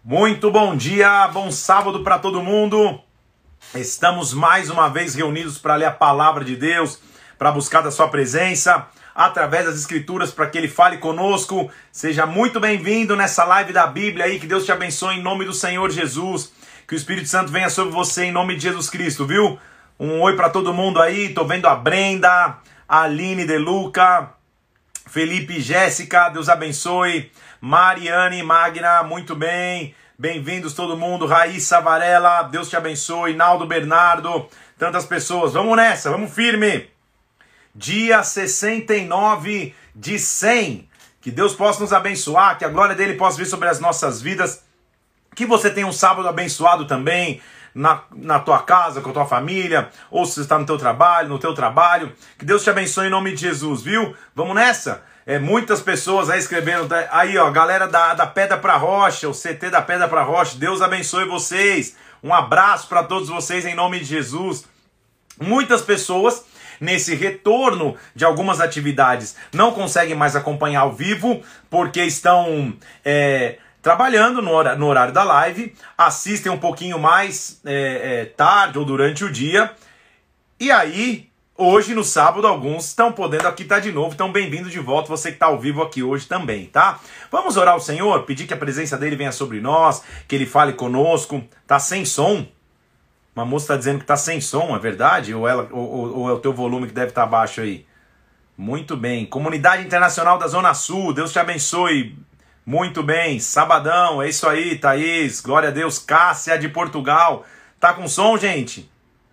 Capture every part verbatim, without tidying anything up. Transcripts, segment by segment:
Muito bom dia, bom sábado para todo mundo. Estamos mais uma vez reunidos para ler a palavra de Deus, para buscar da sua presença, através das escrituras, para que Ele fale conosco. Seja muito bem-vindo nessa live da Bíblia aí, que Deus te abençoe em nome do Senhor Jesus. Que o Espírito Santo venha sobre você em nome de Jesus Cristo, viu? Um oi para todo mundo aí, tô vendo a Brenda, a Aline De Luca, Felipe e Jéssica, Deus abençoe. Mariane, Magna, muito bem. Bem-vindos todo mundo. Raíssa Varela, Deus te abençoe. Naldo Bernardo, tantas pessoas. Vamos nessa, vamos firme. Dia sessenta e nove de cem. Que Deus possa nos abençoar, que a glória dele possa vir sobre as nossas vidas. Que você tenha um sábado abençoado também, na, na tua casa, com a tua família, ou se você está no teu trabalho, no teu trabalho. Que Deus te abençoe em nome de Jesus, viu? Vamos nessa? É, muitas pessoas aí escrevendo, aí ó, galera da, da Pedra pra Rocha, o C T da Pedra pra Rocha, Deus abençoe vocês, um abraço para todos vocês em nome de Jesus. Muitas pessoas nesse retorno de algumas atividades não conseguem mais acompanhar ao vivo, porque estão é, trabalhando no horário, no horário da live, assistem um pouquinho mais é, é, tarde ou durante o dia, e aí... Hoje, no sábado, alguns estão podendo aqui estar de novo, então bem-vindo de volta, você que está ao vivo aqui hoje também, tá? Vamos orar ao Senhor, pedir que a presença dele venha sobre nós, que ele fale conosco. Tá sem som? Uma moça está dizendo que tá sem som, é verdade? Ou, ela, ou, ou é o teu volume que deve estar baixo aí? Muito bem. Comunidade Internacional da Zona Sul, Deus te abençoe. Muito bem. Sabadão, é isso aí, Thaís. Glória a Deus. Cássia de Portugal. Tá com som, gente?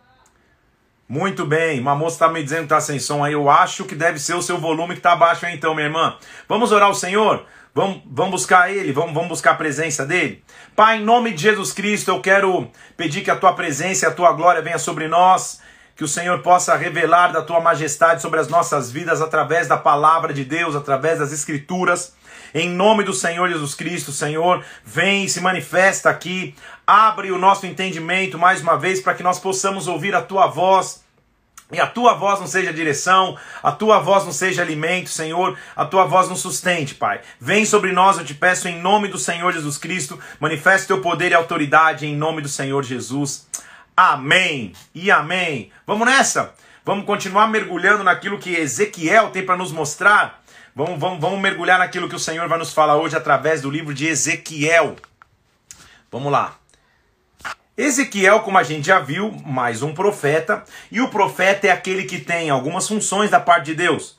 Muito bem, uma moça está me dizendo que está sem som aí, eu acho que deve ser o seu volume que está baixo aí então, minha irmã. Vamos orar ao Senhor? Vamos, vamos buscar Ele, vamos, vamos buscar a presença dEle? Pai, em nome de Jesus Cristo, eu quero pedir que a Tua presença e a Tua glória venha sobre nós, que o Senhor possa revelar da Tua majestade sobre as nossas vidas através da palavra de Deus, através das Escrituras. Em nome do Senhor Jesus Cristo, Senhor, vem e se manifesta aqui, abre o nosso entendimento mais uma vez para que nós possamos ouvir a Tua voz, e a Tua voz não seja direção, a Tua voz não seja alimento, Senhor, a Tua voz nos sustente, Pai. Vem sobre nós, eu te peço, em nome do Senhor Jesus Cristo, manifeste Teu poder e autoridade em nome do Senhor Jesus. Amém e amém. Vamos nessa? Vamos continuar mergulhando naquilo que Ezequiel tem para nos mostrar? Vamos, vamos, vamos mergulhar naquilo que o Senhor vai nos falar hoje através do livro de Ezequiel. Vamos lá. Ezequiel, como a gente já viu, mais um profeta. E o profeta é aquele que tem algumas funções da parte de Deus.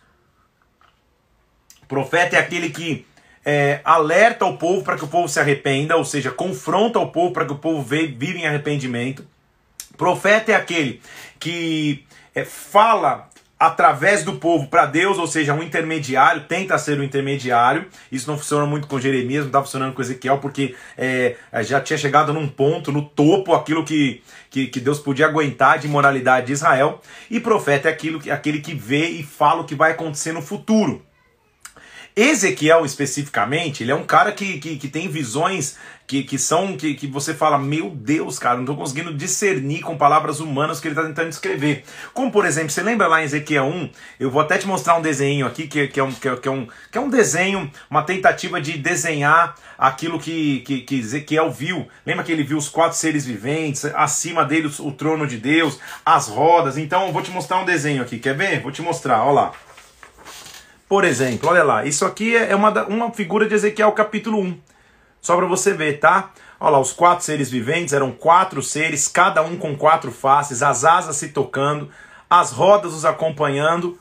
O profeta é aquele que é, alerta o povo para que o povo se arrependa, ou seja, confronta o povo para que o povo viva em arrependimento. O profeta é aquele que é, fala através do povo para Deus, ou seja, um intermediário, tenta ser um intermediário. Isso não funciona muito com Jeremias, não está funcionando com Ezequiel, porque é, já tinha chegado num ponto, no topo, aquilo que, que, que Deus podia aguentar de moralidade de Israel. E profeta é aquilo, aquele que vê e fala o que vai acontecer no futuro. Ezequiel, especificamente, ele é um cara que, que, que tem visões que, que são, que, que você fala, meu Deus, cara, não estou conseguindo discernir com palavras humanas que ele está tentando escrever. Como, por exemplo, você lembra lá em Ezequiel um? Eu vou até te mostrar um desenho aqui, que, que, é, um, que, é, que, é, um, que é um desenho, uma tentativa de desenhar aquilo que, que, que Ezequiel viu. Lembra que ele viu os quatro seres viventes, acima deles o trono de Deus, as rodas. Então, eu vou te mostrar um desenho aqui, quer ver? Vou te mostrar, olha lá. Por exemplo, olha lá, isso aqui é uma, uma figura de Ezequiel capítulo um. Só para você ver, tá? Olha lá, os quatro seres viventes, eram quatro seres, cada um com quatro faces, as asas se tocando, as rodas os acompanhando,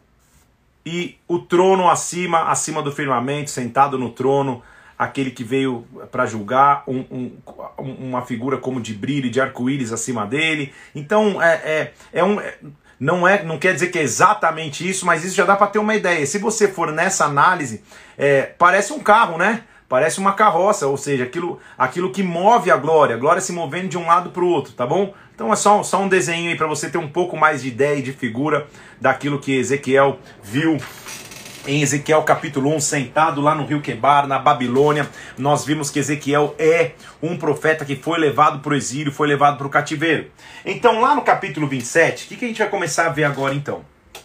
e o trono acima, acima do firmamento, sentado no trono, aquele que veio para julgar, um, um, uma figura como de brilho, de arco-íris acima dele. Então, é, é, é um... É, Não, é, não quer dizer que é exatamente isso, mas isso já dá para ter uma ideia. Se você for nessa análise, é, parece um carro, né? Parece uma carroça, ou seja, aquilo, aquilo que move a glória, a glória se movendo de um lado para o outro, tá bom? Então é só, só um desenho aí para você ter um pouco mais de ideia e de figura daquilo que Ezequiel viu em Ezequiel capítulo um, sentado lá no rio Quebar, na Babilônia. Nós vimos que Ezequiel é um profeta que foi levado para o exílio, foi levado para o cativeiro. Então lá no capítulo vinte e sete, o que, que a gente vai começar a ver agora então?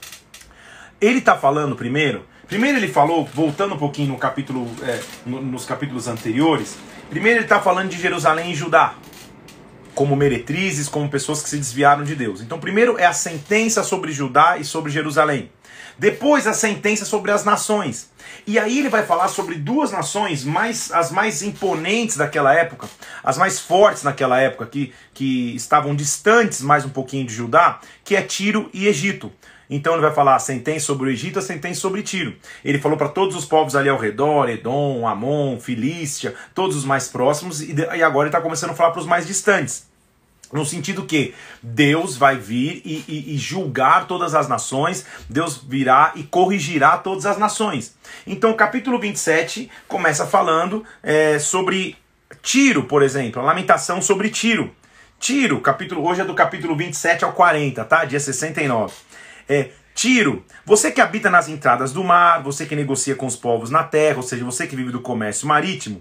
Ele está falando primeiro, primeiro ele falou, voltando um pouquinho no capítulo, é, no, nos capítulos anteriores, Primeiro ele está falando de Jerusalém e Judá, como meretrizes, como pessoas que se desviaram de Deus. Então primeiro é a sentença sobre Judá e sobre Jerusalém. Depois a sentença sobre as nações. E aí ele vai falar sobre duas nações, mais, as mais imponentes daquela época, as mais fortes naquela época, que, que estavam distantes mais um pouquinho de Judá, que é Tiro e Egito. Então ele vai falar a sentença sobre o Egito, a sentença sobre Tiro. Ele falou para todos os povos ali ao redor, Edom, Amon, Filístia, todos os mais próximos, e, e agora ele está começando a falar para os mais distantes. No sentido que Deus vai vir e, e, e julgar todas as nações, Deus virá e corrigirá todas as nações. Então o capítulo vinte e sete começa falando é, sobre Tiro, por exemplo, a lamentação sobre Tiro. Tiro, capítulo, hoje é do capítulo vinte e sete ao quarenta, tá? Dia sessenta e nove. É, Tiro, você que habita nas entradas do mar, você que negocia com os povos na terra, ou seja, você que vive do comércio marítimo,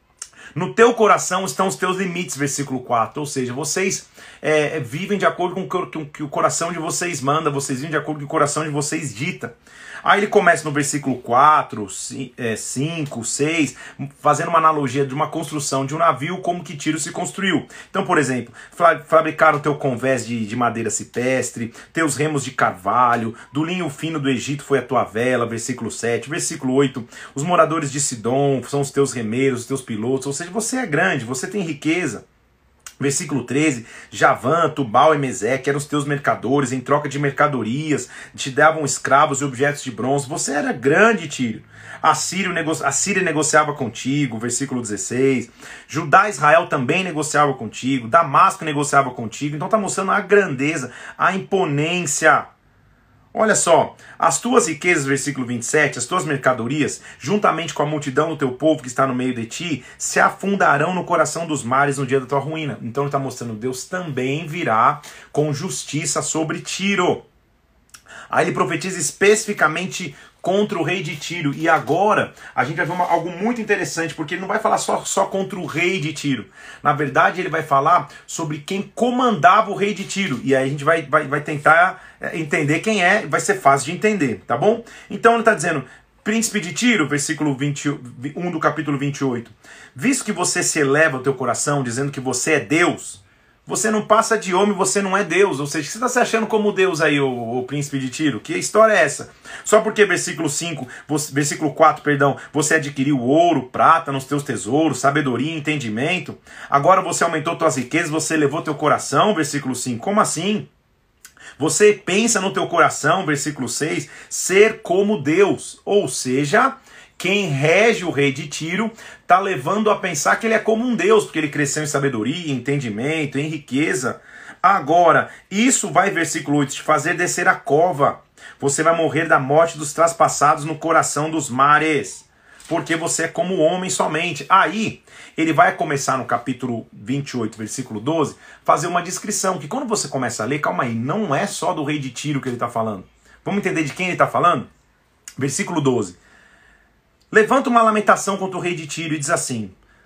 no teu coração estão os teus limites, versículo quatro, ou seja, vocês é, vivem de acordo com o que, que o coração de vocês manda, vocês vivem de acordo com o que o coração de vocês dita. Aí ele começa no versículo quatro, cinco, seis, fazendo uma analogia de uma construção de um navio, como que Tiro se construiu. Então, por exemplo, fabricaram o teu convés de, de madeira cipestre, teus remos de carvalho, do linho fino do Egito foi a tua vela, versículo sete, versículo oito, os moradores de Sidom são os teus remeiros, os teus pilotos, ou seja, você é grande, você tem riqueza. Versículo treze, Javã, Tubal e Meseque eram os teus mercadores, em troca de mercadorias, te davam escravos e objetos de bronze. Você era grande, Tiro. A Síria, nego... a Síria negociava contigo, versículo dezesseis. Judá e Israel também negociavam contigo. Damasco negociava contigo. Então está mostrando a grandeza, a imponência. Olha só, as tuas riquezas, versículo vinte e sete, as tuas mercadorias, juntamente com a multidão do teu povo que está no meio de ti, se afundarão no coração dos mares no dia da tua ruína. Então ele está mostrando, Deus também virá com justiça sobre Tiro. Aí ele profetiza especificamente contra o rei de Tiro. E agora a gente vai ver uma, algo muito interessante, porque ele não vai falar só, só contra o rei de Tiro. Na verdade, ele vai falar sobre quem comandava o rei de Tiro. E aí a gente vai, vai, vai tentar entender quem é, vai ser fácil de entender, tá bom? Então ele está dizendo, príncipe de Tiro, versículo vinte e um do capítulo vinte e oito. Visto que você se eleva o teu coração, dizendo que você é Deus, você não passa de homem, você não é Deus. Ou seja, você está se achando como Deus aí, o, o príncipe de Tiro? Que história é essa? Só porque versículo cinco, versículo quatro, perdão, você adquiriu ouro, prata nos teus tesouros, sabedoria e entendimento. Agora você aumentou tuas riquezas, você elevou teu coração, versículo cinco. Como assim? Você pensa no teu coração, versículo seis, ser como Deus. Ou seja, quem rege o rei de Tiro está levando a pensar que ele é como um Deus, porque ele cresceu em sabedoria, em entendimento, em riqueza. Agora, isso vai, versículo oito, te fazer descer a cova. Você vai morrer da morte dos traspassados no coração dos mares, porque você é como homem somente. Aí, ele vai começar no capítulo vinte e oito, versículo doze, fazer uma descrição, que quando você começa a ler, calma aí, não é só do rei de Tiro que ele está falando. Vamos entender de quem ele está falando? Versículo doze. Levanta uma lamentação contra o rei de Tiro e diz assim: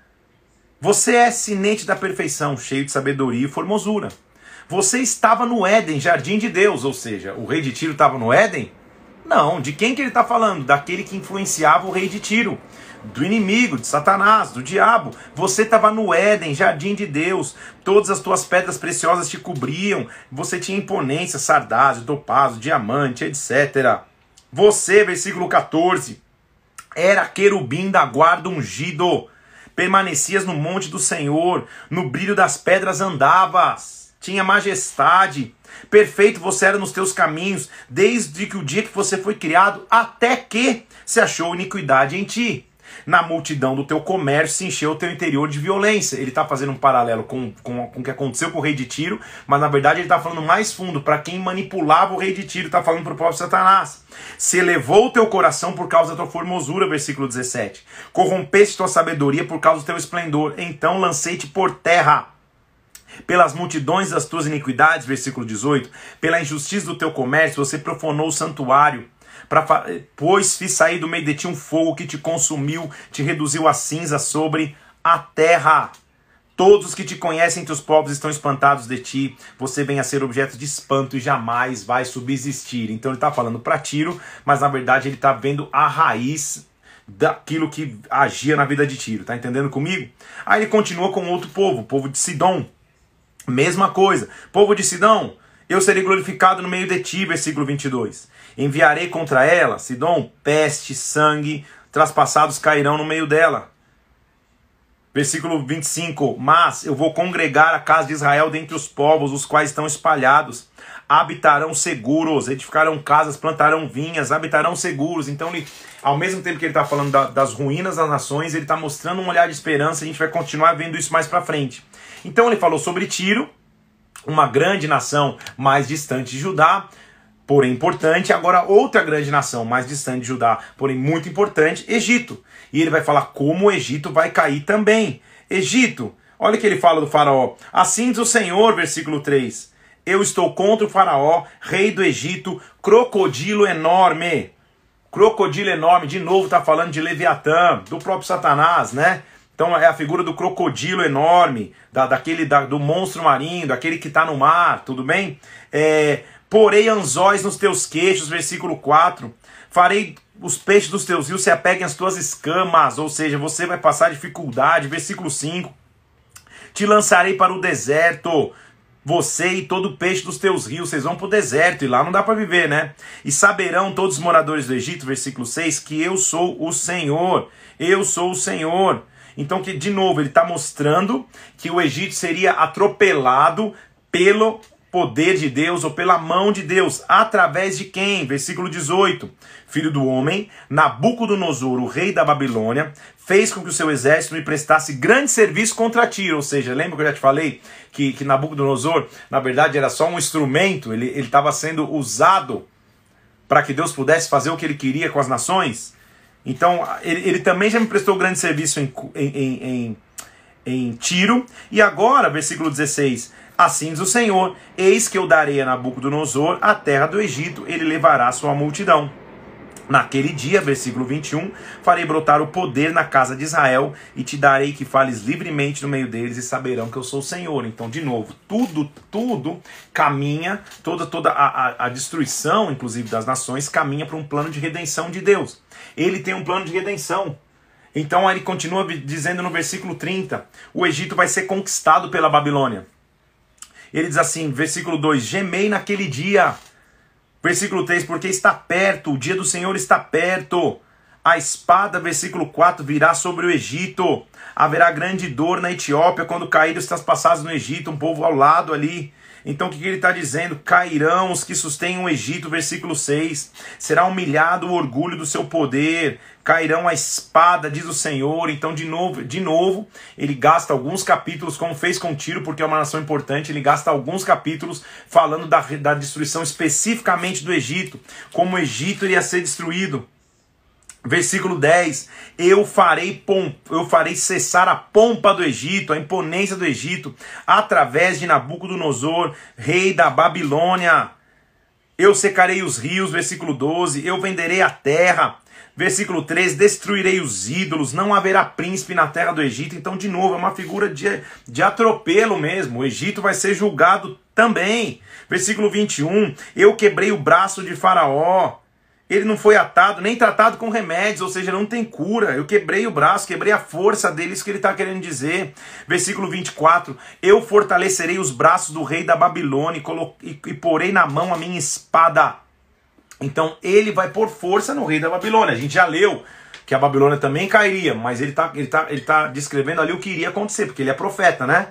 você é sinete da perfeição, cheio de sabedoria e formosura. Você estava no Éden, jardim de Deus. Ou seja, o rei de Tiro estava no Éden? Não, de quem que ele está falando? Daquele que influenciava o rei de Tiro, do inimigo, de Satanás, do diabo. Você estava no Éden, jardim de Deus, todas as tuas pedras preciosas te cobriam, você tinha imponência, sardásio, topázio, diamante, etcétera. Você, versículo quatorze, era querubim da guarda ungido, permanecias no monte do Senhor, no brilho das pedras andavas, tinha majestade, perfeito você era nos teus caminhos, desde que o dia que você foi criado, até que se achou iniquidade em ti. Na multidão do teu comércio se encheu o teu interior de violência. Ele está fazendo um paralelo com, com, com o que aconteceu com o rei de Tiro, mas na verdade ele está falando mais fundo, para quem manipulava o rei de Tiro, está falando para o próprio Satanás. Se elevou o teu coração por causa da tua formosura, versículo dezessete. Corrompeste tua sabedoria por causa do teu esplendor, então lancei-te por terra. Pelas multidões das tuas iniquidades, versículo dezoito, pela injustiça do teu comércio, você profanou o santuário. Pra, pois fiz sair do meio de ti um fogo que te consumiu, te reduziu a cinza sobre a terra. Todos os que te conhecem entre os povos estão espantados de ti. Você vem a ser objeto de espanto e jamais vai subsistir. Então ele está falando para Tiro, mas na verdade ele está vendo a raiz daquilo que agia na vida de Tiro. Tá entendendo comigo? Aí ele continua com outro povo, o povo de Sidom. Mesma coisa. Povo de Sidom, eu serei glorificado no meio de ti, versículo vinte e dois. Enviarei contra ela, Sidom, peste, sangue, traspassados cairão no meio dela. Versículo vinte e cinco. Mas eu vou congregar a casa de Israel dentre os povos, os quais estão espalhados. Habitarão seguros, edificarão casas, plantarão vinhas, habitarão seguros. Então, ele, ao mesmo tempo que ele está falando da, das ruínas das nações, ele está mostrando um olhar de esperança. A gente vai continuar vendo isso mais para frente. Então ele falou sobre Tiro, uma grande nação mais distante de Judá, porém importante. Agora outra grande nação mais distante de Judá, porém muito importante, Egito. E ele vai falar como o Egito vai cair também. Egito, olha o que ele fala do faraó. Assim diz o Senhor, versículo três. Eu estou contra o faraó, rei do Egito, crocodilo enorme. Crocodilo enorme, de novo está falando de Leviatã, do próprio Satanás, né? Então é a figura do crocodilo enorme, da, daquele, da, do monstro marinho, daquele que está no mar, tudo bem? É, porei anzóis nos teus queixos, versículo quatro. Farei os peixes dos teus rios se apeguem às tuas escamas, ou seja, você vai passar dificuldade, versículo cinco. Te lançarei para o deserto, você e todo o peixe dos teus rios, vocês vão para o deserto, e lá não dá para viver, né? E saberão todos os moradores do Egito, versículo seis, que eu sou o Senhor, eu sou o Senhor. Então, que de novo, ele está mostrando que o Egito seria atropelado pelo poder de Deus ou pela mão de Deus. Através de quem? Versículo dezoito. Filho do homem, Nabucodonosor, o rei da Babilônia, fez com que o seu exército me prestasse grande serviço contra Tiro. Ou seja, lembra que eu já te falei que, que Nabucodonosor, na verdade, era só um instrumento, ele estava sendo usado para que Deus pudesse fazer o que ele queria com as nações? Então, ele, ele também já me prestou grande serviço em, em, em, em Tiro. E agora, versículo dezesseis. Assim diz o Senhor, eis que eu darei a Nabucodonosor a terra do Egito, ele levará sua multidão. Naquele dia, versículo vinte e um, farei brotar o poder na casa de Israel e te darei que fales livremente no meio deles e saberão que eu sou o Senhor. Então, de novo, tudo, tudo caminha, toda, toda a, a, a destruição, inclusive das nações, caminha para um plano de redenção de Deus. Ele tem um plano de redenção. Então, ele continua dizendo no versículo trinta, o Egito vai ser conquistado pela Babilônia. Ele diz assim, versículo dois, gemei naquele dia. Versículo três, porque está perto, o dia do Senhor está perto. A espada, versículo quatro, virá sobre o Egito. Haverá grande dor na Etiópia quando caírem os traspassados no Egito, um povo ao lado ali. Então o que ele está dizendo? Cairão os que sustêm o Egito, versículo seis. Será humilhado o orgulho do seu poder. Cairão a espada, diz o Senhor. Então de novo, de novo, ele gasta alguns capítulos, como fez com Tiro, porque é uma nação importante, ele gasta alguns capítulos falando da, da destruição especificamente do Egito, como o Egito iria ser destruído. Versículo dez, eu farei, pom, eu farei cessar a pompa do Egito, a imponência do Egito, através de Nabucodonosor, rei da Babilônia. Eu secarei os rios, versículo doze, eu venderei a terra. Versículo treze, destruirei os ídolos, não haverá príncipe na terra do Egito. Então, de novo, é uma figura de, de atropelo mesmo. O Egito vai ser julgado também. Versículo vinte e um, eu quebrei o braço de Faraó. Ele não foi atado, nem tratado com remédios, ou seja, não tem cura. Eu quebrei o braço, quebrei a força dele, isso que ele está querendo dizer. Versículo vinte e quatro, eu fortalecerei os braços do rei da Babilônia e, e, e porei na mão a minha espada. Então ele vai pôr força no rei da Babilônia. A gente já leu que a Babilônia também cairia, mas ele está ele tá, ele tá descrevendo ali o que iria acontecer, porque ele é profeta, né?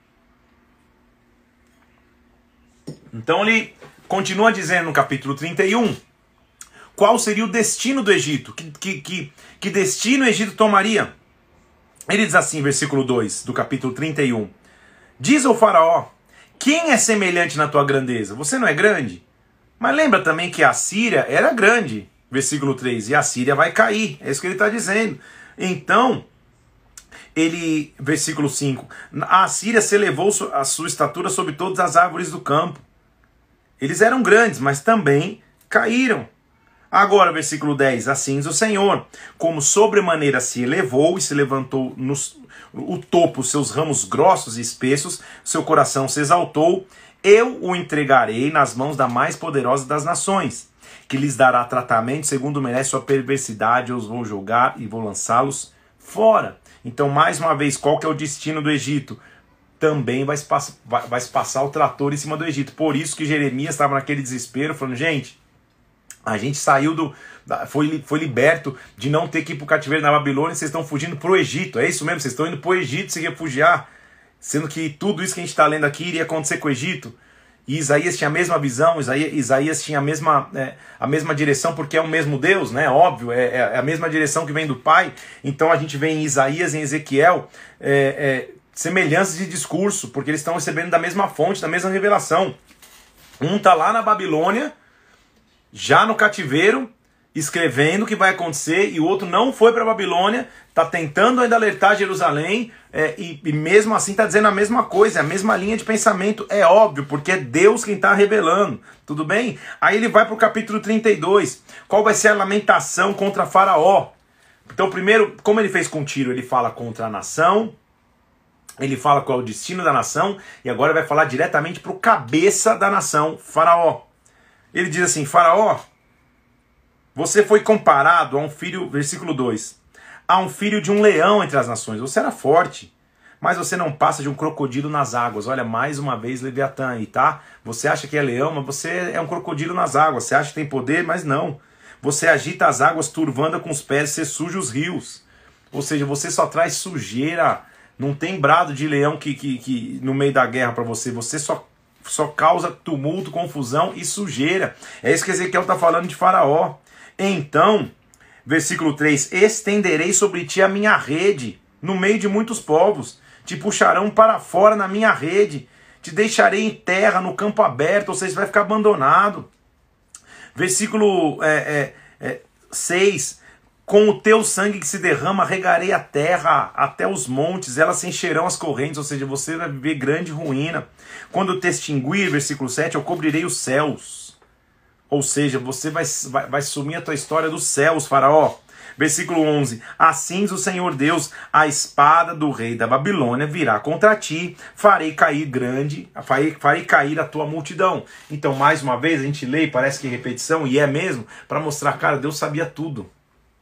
Então ele continua dizendo no capítulo trinta e um, qual seria o destino do Egito? Que, que, que, que destino o Egito tomaria? Ele diz assim, versículo dois do capítulo trinta e um. Diz ao faraó, quem é semelhante na tua grandeza? Você não é grande? Mas lembra também que a Síria era grande. Versículo três, e a Síria vai cair. É isso que ele está dizendo. Então, ele, versículo cinco, a Síria se elevou a sua estatura sobre todas as árvores do campo. Eles eram grandes, mas também caíram. Agora, versículo dez, assim diz o Senhor, como sobremaneira se elevou e se levantou no o topo, seus ramos grossos e espessos, seu coração se exaltou, eu o entregarei nas mãos da mais poderosa das nações. que lhes dará tratamento segundo merece sua perversidade, eu os vou julgar e vou lançá-los fora. Então, mais uma vez, qual que é o destino do Egito? Também vai se, passar, vai, vai se passar o trator em cima do Egito. Por isso que Jeremias estava naquele desespero, falando, gente, a gente saiu do... Foi, foi liberto de não ter que ir para o cativeiro na Babilônia, vocês estão fugindo para o Egito. É isso mesmo, vocês estão indo para o Egito se refugiar, sendo que tudo isso que a gente está lendo aqui iria acontecer com o Egito. E Isaías tinha a mesma visão, Isaías, Isaías tinha a mesma, é, a mesma direção, porque é o mesmo Deus, né? Óbvio, é, é a mesma direção que vem do Pai. Então a gente vê em Isaías e em Ezequiel é, é, semelhanças de discurso, porque eles estão recebendo da mesma fonte, da mesma revelação. Um está lá na Babilônia, já no cativeiro, escrevendo o que vai acontecer, e o outro não foi para a Babilônia, está tentando ainda alertar Jerusalém, é, e, e mesmo assim está dizendo a mesma coisa, a mesma linha de pensamento, é óbvio, porque é Deus quem está revelando, tudo bem? Aí ele vai para o capítulo trinta e dois, qual vai ser a lamentação contra Faraó? Então primeiro, como ele fez com Tiro, ele fala contra a nação, ele fala qual é o destino da nação, e agora vai falar diretamente para o cabeça da nação, Faraó. Ele diz assim, Faraó, você foi comparado a um filho, versículo dois, a um filho de um leão entre as nações. Você era forte, mas você não passa de um crocodilo nas águas. Olha, mais uma vez Leviatã aí, tá? Você acha que é leão, mas você é um crocodilo nas águas. Você acha que tem poder, mas não. Você agita as águas, turvando com os pés, você suja os rios. Ou seja, você só traz sujeira. Não tem brado de leão que, que, que no meio da guerra para você. Você só, só causa tumulto, confusão e sujeira. É isso que Ezequiel está falando de Faraó. Então, versículo três, estenderei sobre ti a minha rede, no meio de muitos povos, te puxarão para fora na minha rede, te deixarei em terra, no campo aberto, ou seja, vai ficar abandonado. Versículo é, é, é, seis, com o teu sangue que se derrama, regarei a terra até os montes, elas se encherão as correntes, ou seja, você vai viver grande ruína. Quando te extinguir, versículo sete, eu cobrirei os céus. Ou seja, você vai, vai, vai sumir a tua história dos céus, Faraó. Versículo onze. Assim diz o Senhor Deus, a espada do rei da Babilônia virá contra ti, farei cair grande, farei, farei cair a tua multidão. Então, mais uma vez, a gente lê, parece que é repetição, e é mesmo, para mostrar, cara, Deus sabia tudo.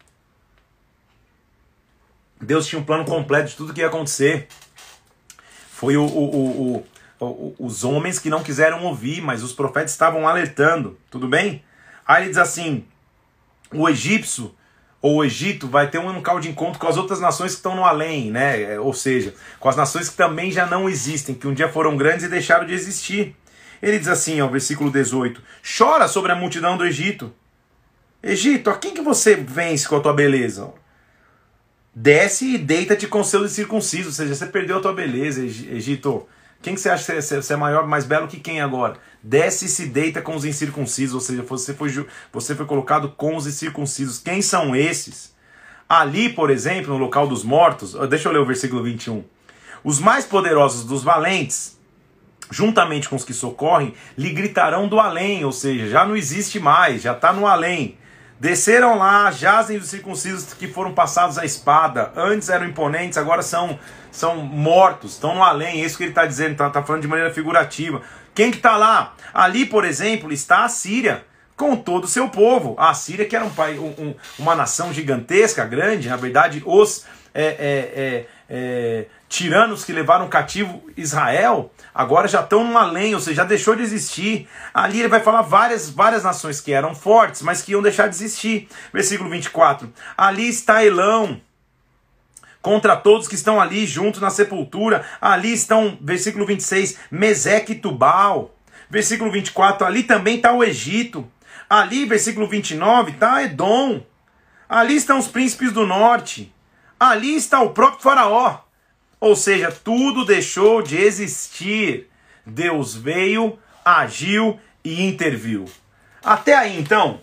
Deus tinha um plano completo de tudo que ia acontecer. Foi o... o, o, o os homens que não quiseram ouvir, mas os profetas estavam alertando, tudo bem? Aí ele diz assim, o egípcio, ou o Egito, vai ter um local de encontro com as outras nações que estão no além, né? Ou seja, com as nações que também já não existem, que um dia foram grandes e deixaram de existir. Ele diz assim, ó, versículo dezoito, chora sobre a multidão do Egito. Egito, a quem que você vence com a tua beleza? Desce e deita-te com seus incircuncisos, ou seja, você perdeu a tua beleza, Egito. Quem que você acha que você é maior, mais belo que quem agora? Desce e se deita com os incircuncisos, ou seja, você foi, você foi colocado com os incircuncisos. Quem são esses? Ali, por exemplo, no local dos mortos, deixa eu ler o versículo vinte e um. Os mais poderosos dos valentes, juntamente com os que socorrem, lhe gritarão do além, ou seja, já não existe mais, já está no além. Desceram lá, jazem os circuncisos que foram passados à espada. Antes eram imponentes, agora são, são mortos, estão no além. É isso que ele está dizendo, está tá falando de maneira figurativa. Quem que está lá? Ali, por exemplo, está a Síria, com todo o seu povo. A Síria, que era um, um, uma nação gigantesca, grande, na verdade, os é, é, é, é, tiranos que levaram cativo Israel, agora já estão no além, ou seja, já deixou de existir. Ali ele vai falar várias, várias nações que eram fortes, mas que iam deixar de existir. Versículo vinte e quatro. Ali está Elão, contra todos que estão ali junto na sepultura. Ali estão, versículo vinte e seis, Meseque e Tubal. Versículo vinte e quatro, ali também está o Egito. Ali, versículo vinte e nove, está Edom. Ali estão os príncipes do norte. Ali está o próprio Faraó. Ou seja, tudo deixou de existir. Deus veio, agiu e interviu. Até aí, então,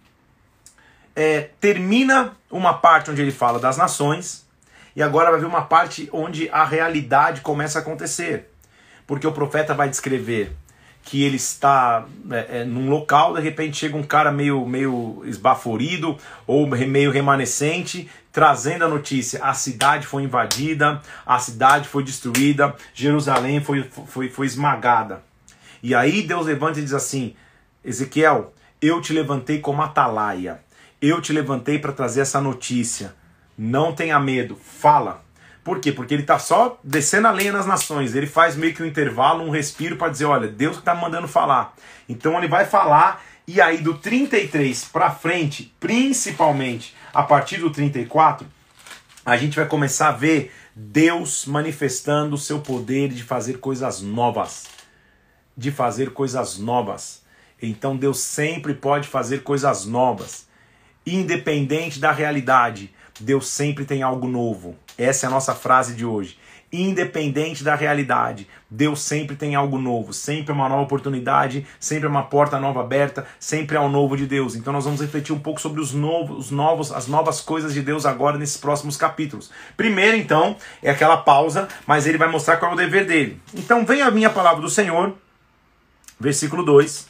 é, termina uma parte onde ele fala das nações, e agora vai vir uma parte onde a realidade começa a acontecer. Porque o profeta vai descrever que ele está é, é, num local, de repente chega um cara meio, meio esbaforido, ou meio remanescente, trazendo a notícia, a cidade foi invadida, a cidade foi destruída, Jerusalém foi, foi, foi esmagada. E aí Deus levanta e diz assim, Ezequiel, eu te levantei como atalaia. Eu te levantei para trazer essa notícia. Não tenha medo, fala. Por quê? Porque ele está só descendo a lenha nas nações. Ele faz meio que um intervalo, um respiro para dizer, olha, Deus está mandando falar. Então ele vai falar, e aí do trinta e três para frente, principalmente a partir do trinta e quatro, a gente vai começar a ver Deus manifestando o seu poder de fazer coisas novas. De fazer coisas novas. Então Deus sempre pode fazer coisas novas. Independente da realidade, Deus sempre tem algo novo. Essa é a nossa frase de hoje. Independente da realidade, Deus sempre tem algo novo. Sempre é uma nova oportunidade, sempre é uma porta nova aberta, sempre é o novo de Deus. Então nós vamos refletir um pouco sobre os novos, os novos, as novas coisas de Deus agora nesses próximos capítulos. Primeiro, então, é aquela pausa, mas ele vai mostrar qual é o dever dele. Então vem a minha palavra do Senhor, versículo dois,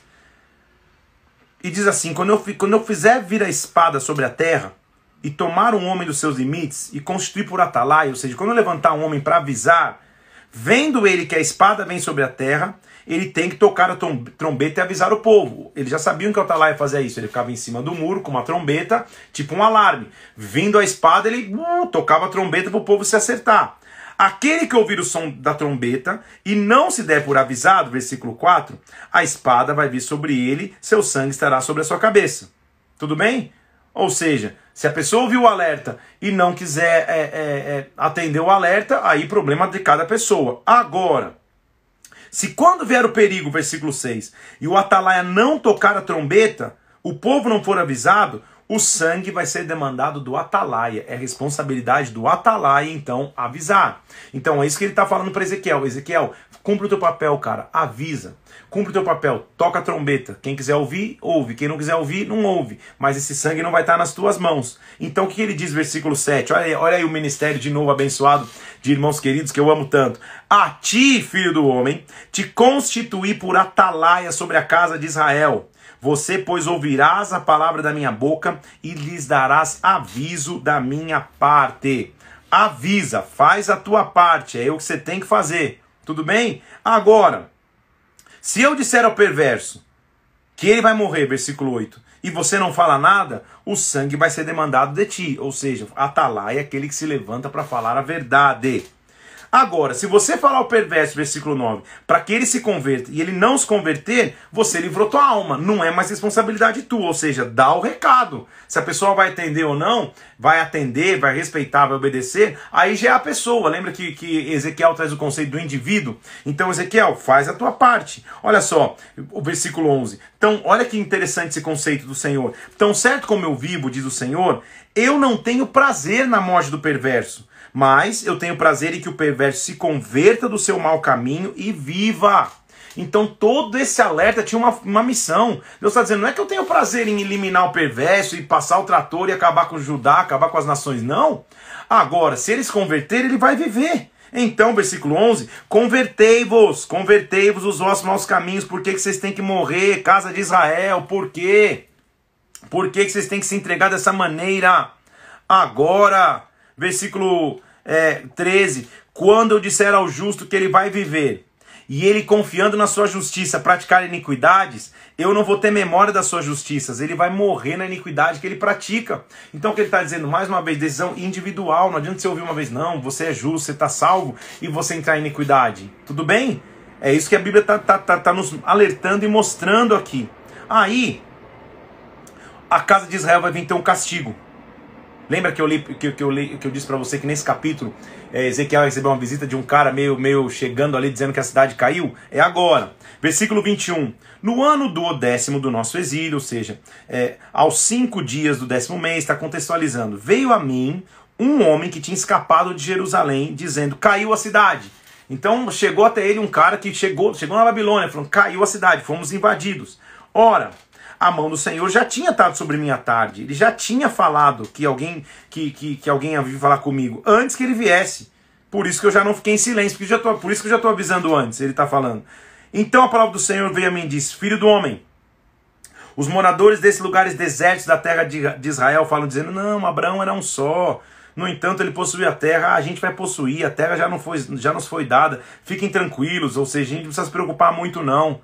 e diz assim, quando eu, quando eu fizer vir a espada sobre a terra, e tomar um homem dos seus limites, e constituir por atalaia, ou seja, quando eu levantar um homem para avisar, vendo ele que a espada vem sobre a terra, ele tem que tocar a trombeta e avisar o povo. Eles já sabiam que o atalaia fazia isso, ele ficava em cima do muro com uma trombeta, tipo um alarme. Vindo a espada, ele uh, tocava a trombeta para o povo se acertar. Aquele que ouvir o som da trombeta e não se der por avisado, versículo quatro, a espada vai vir sobre ele, seu sangue estará sobre a sua cabeça. Tudo bem? Ou seja, se a pessoa ouviu o alerta e não quiser é, é, é, atender o alerta, aí problema de cada pessoa. Agora, se quando vier o perigo, versículo seis, e o atalaia não tocar a trombeta, o povo não for avisado, o sangue vai ser demandado do atalaia. É responsabilidade do atalaia, então, avisar. Então é isso que ele está falando para Ezequiel. Ezequiel, cumpre o teu papel, cara. Avisa. Cumpre o teu papel. Toca a trombeta. Quem quiser ouvir, ouve. Quem não quiser ouvir, não ouve. Mas esse sangue não vai estar nas tuas mãos. Então o que ele diz, versículo sete? Olha aí, olha aí o ministério de novo abençoado de irmãos queridos que eu amo tanto. A ti, filho do homem, te constituí por atalaia sobre a casa de Israel. Você, pois, ouvirás a palavra da minha boca e lhes darás aviso da minha parte. Avisa, faz a tua parte, é o que você tem que fazer. Tudo bem? Agora, se eu disser ao perverso que ele vai morrer, versículo oito, e você não fala nada, o sangue vai ser demandado de ti. Ou seja, atalaia é aquele que se levanta para falar a verdade. Agora, se você falar ao perverso, versículo nove, para que ele se converta e ele não se converter, você livrou tua alma. Não é mais responsabilidade tua, ou seja, dá o recado. Se a pessoa vai atender ou não, vai atender, vai respeitar, vai obedecer, aí já é a pessoa. Lembra que, que Ezequiel traz o conceito do indivíduo? Então, Ezequiel, faz a tua parte. Olha só, o versículo onze. Então, olha que interessante esse conceito do Senhor. Tão certo como eu vivo, diz o Senhor, eu não tenho prazer na morte do perverso. Mas eu tenho prazer em que o perverso se converta do seu mau caminho e viva. Então todo esse alerta tinha uma, uma missão. Deus está dizendo, não é que eu tenho prazer em eliminar o perverso e passar o trator e acabar com Judá, acabar com as nações, não. Agora, se ele se converter, ele vai viver. Então, versículo onze, convertei-vos, convertei-vos os vossos maus caminhos. Por que, que vocês têm que morrer, casa de Israel? Por quê? Por que, que vocês têm que se entregar dessa maneira? Agora... Versículo é, treze, quando eu disser ao justo que ele vai viver, e ele confiando na sua justiça praticar iniquidades, eu não vou ter memória das suas justiças, ele vai morrer na iniquidade que ele pratica. Então o que ele está dizendo, mais uma vez, decisão individual, não adianta você ouvir uma vez, não, você é justo, você está salvo, e você entrar em iniquidade. Tudo bem? É isso que a Bíblia está tá, tá, tá nos alertando e mostrando aqui. Aí, a casa de Israel vai vir ter um castigo. Lembra que eu, li, que, que eu, li, que eu disse para você que nesse capítulo é, Ezequiel recebeu uma visita de um cara meio, meio chegando ali dizendo que a cidade caiu? É agora. Versículo vinte e um. No ano do décimo do nosso exílio, ou seja, é, aos cinco dias do décimo mês, está contextualizando. Veio a mim um homem que tinha escapado de Jerusalém, dizendo, caiu a cidade. Então chegou até ele um cara que chegou, chegou na Babilônia, falando, caiu a cidade, fomos invadidos. Ora... A mão do Senhor já tinha estado sobre mim à tarde. Ele já tinha falado que alguém que, que, que alguém ia vir falar comigo antes que ele viesse. Por isso que eu já não fiquei em silêncio. Porque já tô, por isso que eu já estou avisando antes. Ele está falando. Então a palavra do Senhor veio a mim e disse, filho do homem, os moradores desses lugares desertos da terra de, de Israel falam dizendo, não, Abraão era um só. No entanto, ele possuía a terra. Ah, a gente vai possuir. A terra já, não foi, já nos foi dada. Fiquem tranquilos. Ou seja, a gente não precisa se preocupar muito não.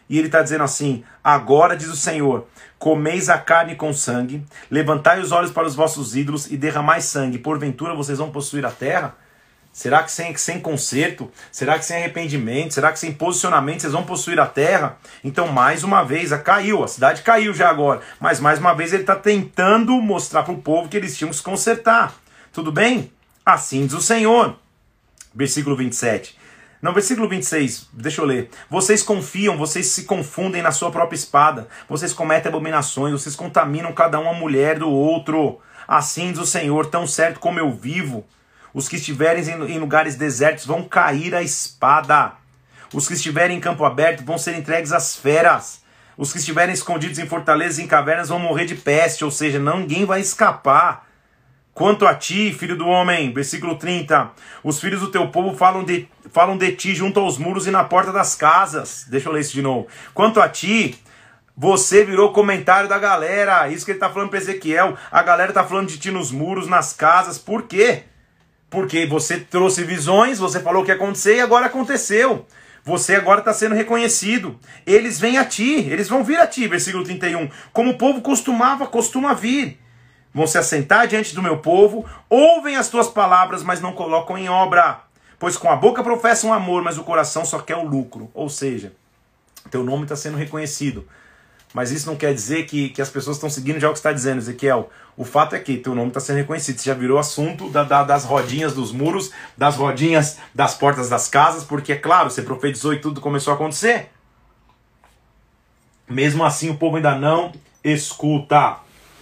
E ele está dizendo assim: agora diz o Senhor, comeis a carne com sangue, levantai os olhos para os vossos ídolos e derramai sangue, porventura vocês vão possuir a terra? Será que sem, sem conserto? Será que sem arrependimento? Será que sem posicionamento vocês vão possuir a terra? Então, mais uma vez, a caiu, a cidade caiu já agora. Mas, mais uma vez, ele está tentando mostrar para o povo que eles tinham que se consertar. Tudo bem? Assim diz o Senhor. Versículo vinte e sete. Não, versículo vinte e seis, deixa eu ler. Vocês confiam, vocês se confundem na sua própria espada. Vocês cometem abominações, vocês contaminam cada um a mulher do outro. Assim diz o Senhor, tão certo como eu vivo. Os que estiverem em lugares desertos vão cair à espada. Os que estiverem em campo aberto vão ser entregues às feras. Os que estiverem escondidos em fortalezas e em cavernas vão morrer de peste, ou seja, ninguém vai escapar. Quanto a ti, filho do homem, versículo trinta, os filhos do teu povo falam de, falam de ti junto aos muros e na porta das casas. Deixa eu ler isso de novo. Quanto a ti, você virou comentário da galera. Isso que ele está falando para Ezequiel. A galera está falando de ti nos muros, nas casas. Por quê? Porque você trouxe visões, você falou o que ia acontecer e agora aconteceu. Você agora está sendo reconhecido. Eles vêm a ti, eles vão vir a ti, versículo trinta e um. Como o povo costumava, costuma vir. Vão se assentar diante do meu povo, ouvem as tuas palavras, mas não colocam em obra. Pois com a boca professam amor, mas o coração só quer o lucro. Ou seja, teu nome está sendo reconhecido. Mas isso não quer dizer que, que as pessoas estão seguindo já o que está dizendo, Ezequiel. O fato é que teu nome está sendo reconhecido. Você já virou assunto da, da, das rodinhas dos muros, das rodinhas das portas das casas, porque, é claro, você profetizou e tudo começou a acontecer. Mesmo assim, o povo ainda não escuta.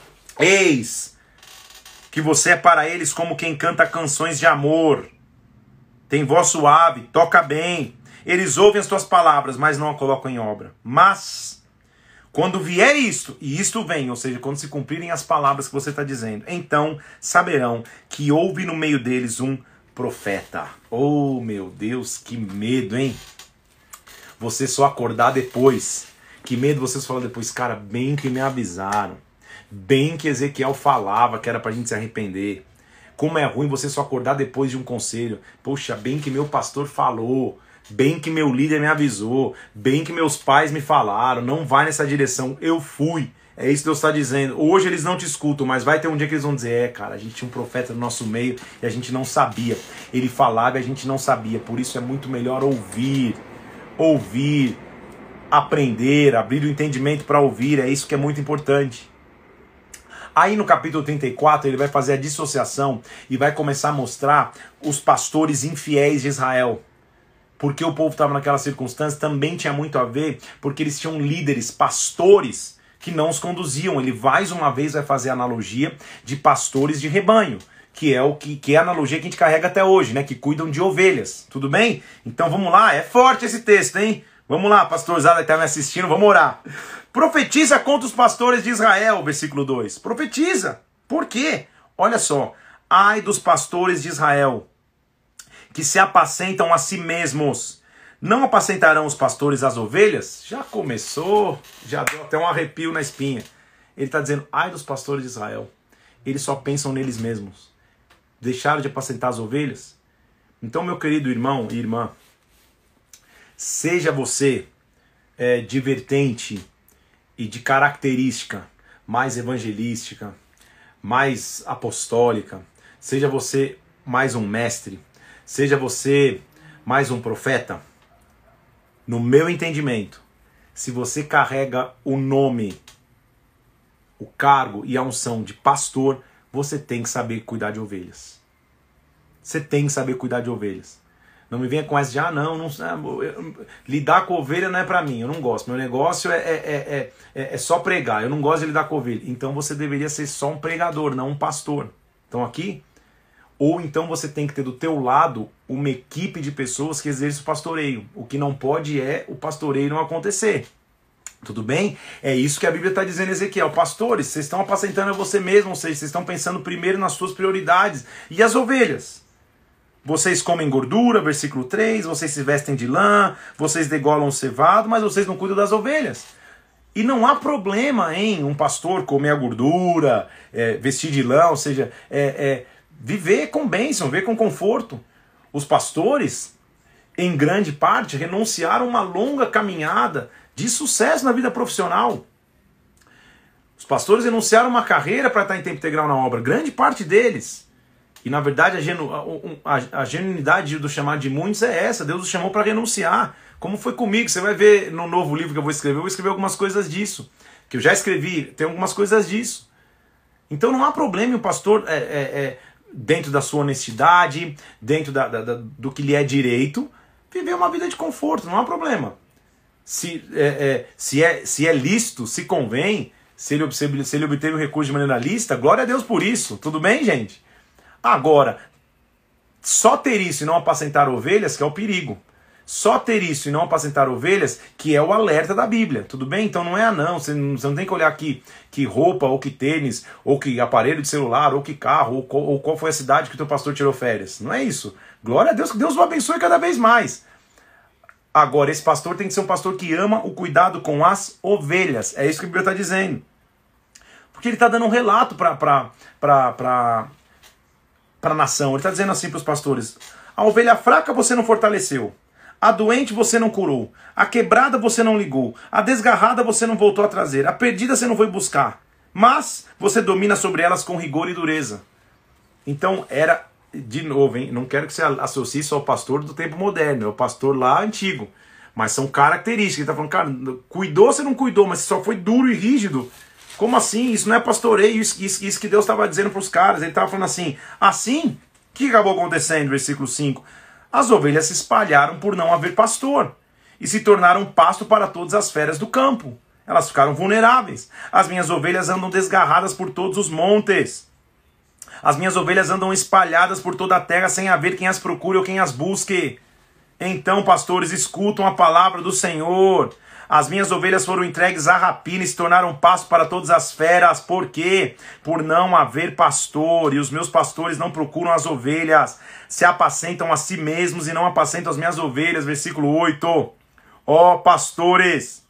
Eis que você é para eles como quem canta canções de amor. Tem voz suave, toca bem. Eles ouvem as tuas palavras, mas não a colocam em obra. Mas quando vier isto, e isto vem, ou seja, quando se cumprirem as palavras que você está dizendo, então saberão que houve no meio deles um profeta. Oh, meu Deus, que medo, hein? Você só acordar depois. Que medo vocês falar depois. Cara, bem que me avisaram. Bem que Ezequiel falava que era pra gente se arrepender. Como é ruim você só acordar depois de um conselho. Poxa, bem que meu pastor falou. Bem que meu líder me avisou. Bem que meus pais me falaram. Não vai nessa direção. Eu fui. É isso que Deus está dizendo. Hoje eles não te escutam, mas vai ter um dia que eles vão dizer: é, cara, a gente tinha um profeta no nosso meio e a gente não sabia. Ele falava e a gente não sabia. Por isso é muito melhor ouvir. Ouvir. Aprender. Abrir o entendimento para ouvir. É isso que é muito importante. Aí no capítulo trinta e quatro ele vai fazer a dissociação e vai começar a mostrar os pastores infiéis de Israel. Porque o povo estava naquela circunstância também tinha muito a ver, porque eles tinham líderes, pastores, que não os conduziam. Ele mais uma vez vai fazer a analogia de pastores de rebanho, que é, o que, que é a analogia que a gente carrega até hoje, né? Que cuidam de ovelhas, tudo bem? Então vamos lá, é forte esse texto, hein? Vamos lá, pastorzada que está me assistindo, vamos orar. Profetiza contra os pastores de Israel, versículo dois. Profetiza. Por quê? Olha só. Ai dos pastores de Israel, que se apacentam a si mesmos. Não apacentarão os pastores as ovelhas? Já começou, já deu até um arrepio na espinha. Ele está dizendo, ai dos pastores de Israel. Eles só pensam neles mesmos. Deixaram de apacentar as ovelhas? Então, meu querido irmão e irmã, seja você é, divertente e de característica mais evangelística, mais apostólica, seja você mais um mestre, seja você mais um profeta, no meu entendimento, se você carrega o nome, o cargo e a unção de pastor, você tem que saber cuidar de ovelhas. Você tem que saber cuidar de ovelhas. Não me venha com essa de, ah, não, não eu, lidar com ovelha não é pra mim, eu não gosto. Meu negócio é, é, é, é, é só pregar, eu não gosto de lidar com ovelha. Então você deveria ser só um pregador, não um pastor. Então aqui, ou então você tem que ter do teu lado uma equipe de pessoas que exercem o pastoreio. O que não pode é o pastoreio não acontecer. Tudo bem? É isso que a Bíblia está dizendo em Ezequiel. Pastores, vocês estão apacentando a você mesmo, ou seja, vocês estão pensando primeiro nas suas prioridades. E as ovelhas? Vocês comem gordura, versículo três, vocês se vestem de lã, vocês degolam o cevado, mas vocês não cuidam das ovelhas. E não há problema em um pastor comer a gordura, é, vestir de lã, ou seja, é, é, viver com bênção, viver com conforto. Os pastores, em grande parte, renunciaram a uma longa caminhada de sucesso na vida profissional. Os pastores renunciaram uma carreira para estar em tempo integral na obra, grande parte deles. E na verdade a, genu, a, a genuinidade do chamado de muitos é essa, Deus os chamou para renunciar. Como foi comigo, você vai ver no novo livro que eu vou escrever, eu vou escrever algumas coisas disso, que eu já escrevi, tem algumas coisas disso. Então não há problema em um pastor, é, é, é, dentro da sua honestidade, dentro da, da, da, do que lhe é direito, viver uma vida de conforto, não há problema. Se é, é, se é, se é lícito, se convém, se ele, se ele obteve o recurso de maneira lícita, glória a Deus por isso, tudo bem, gente? Agora, só ter isso e não apacentar ovelhas, que é o perigo. Só ter isso e não apacentar ovelhas, que é o alerta da Bíblia, tudo bem? Então não é ah não, você não, você não tem que olhar aqui que roupa, ou que tênis, ou que aparelho de celular, ou que carro, ou, ou qual foi a cidade que o teu pastor tirou férias. Não é isso. Glória a Deus, que Deus o abençoe cada vez mais. Agora, esse pastor tem que ser um pastor que ama o cuidado com as ovelhas. É isso que a Bíblia está dizendo. Porque ele está dando um relato para para a nação. Ele está dizendo assim para os pastores: a ovelha fraca você não fortaleceu, a doente você não curou, a quebrada você não ligou, a desgarrada você não voltou a trazer, a perdida você não foi buscar, mas você domina sobre elas com rigor e dureza. Então era, de novo, hein, não quero que você associe só ao pastor do tempo moderno, é o pastor lá antigo, mas são características. Ele está falando, cara, cuidou, você não cuidou, mas você só foi duro e rígido. Como assim? Isso não é pastoreio, isso, isso, isso que Deus estava dizendo para os caras. Ele estava falando assim, assim, o que acabou acontecendo? Versículo cinco. As ovelhas se espalharam por não haver pastor, e se tornaram pasto para todas as feras do campo. Elas ficaram vulneráveis. As minhas ovelhas andam desgarradas por todos os montes. As minhas ovelhas andam espalhadas por toda a terra, sem haver quem as procure ou quem as busque. Então, pastores, escutam a palavra do Senhor. As minhas ovelhas foram entregues à rapina e se tornaram pasto para todas as feras. Por quê? Por não haver pastor. E os meus pastores não procuram as ovelhas. Se apacentam a si mesmos e não apacentam as minhas ovelhas. Versículo oito. Ó pastores,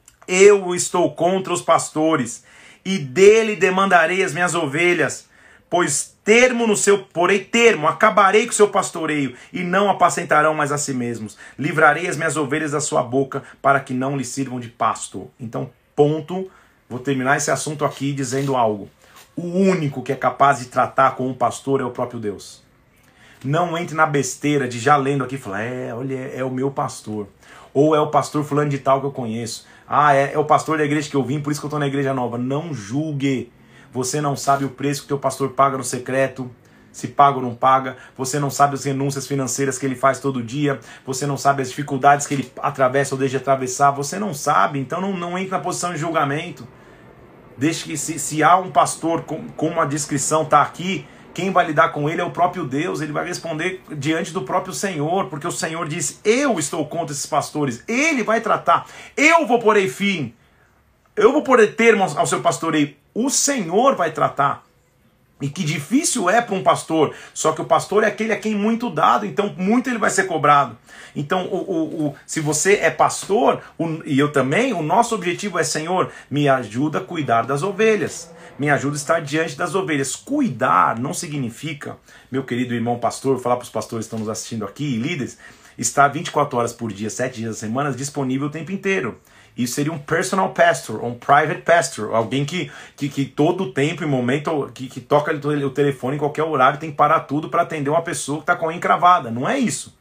eu estou contra os pastores, e dele demandarei as minhas ovelhas. Pois termo no seu, porém termo, acabarei com o seu pastoreio, e não apacentarão mais a si mesmos. Livrarei as minhas ovelhas da sua boca, para que não lhe sirvam de pasto. Então, ponto, vou terminar esse assunto aqui dizendo algo. O único que é capaz de tratar com um pastor é o próprio Deus. Não entre na besteira de já lendo aqui e falar, é, olha, é o meu pastor. Ou é o pastor fulano de tal que eu conheço. Ah, é, é o pastor da igreja que eu vim, por isso que eu estou na igreja nova. Não julgue. Você não sabe o preço que o teu pastor paga no secreto, se paga ou não paga. Você não sabe as renúncias financeiras que ele faz todo dia. Você não sabe as dificuldades que ele atravessa ou deixa de atravessar. Você não sabe, então não, não entre na posição de julgamento. Deixe que se, se há um pastor com, com uma descrição, está aqui, quem vai lidar com ele é o próprio Deus. Ele vai responder diante do próprio Senhor, porque o Senhor disse, eu estou contra esses pastores. Ele vai tratar. Eu vou pôr fim. Eu vou pôr termo ao seu pastoreio. O Senhor vai tratar. E que difícil é para um pastor. Só que o pastor é aquele a quem muito dado. Então muito ele vai ser cobrado. Então o, o, o, se você é pastor, o, e eu também, o nosso objetivo é, Senhor, me ajuda a cuidar das ovelhas. Me ajuda a estar diante das ovelhas. Cuidar não significa, meu querido irmão pastor, vou falar para os pastores que estão nos assistindo aqui, líderes, estar vinte e quatro horas por dia, sete dias da semana, disponível o tempo inteiro. Isso seria um personal pastor, um private pastor, alguém que, que, que todo tempo e momento, que, que toca o telefone em qualquer horário, tem que parar tudo para atender uma pessoa que está com a unha encravada. Não é isso.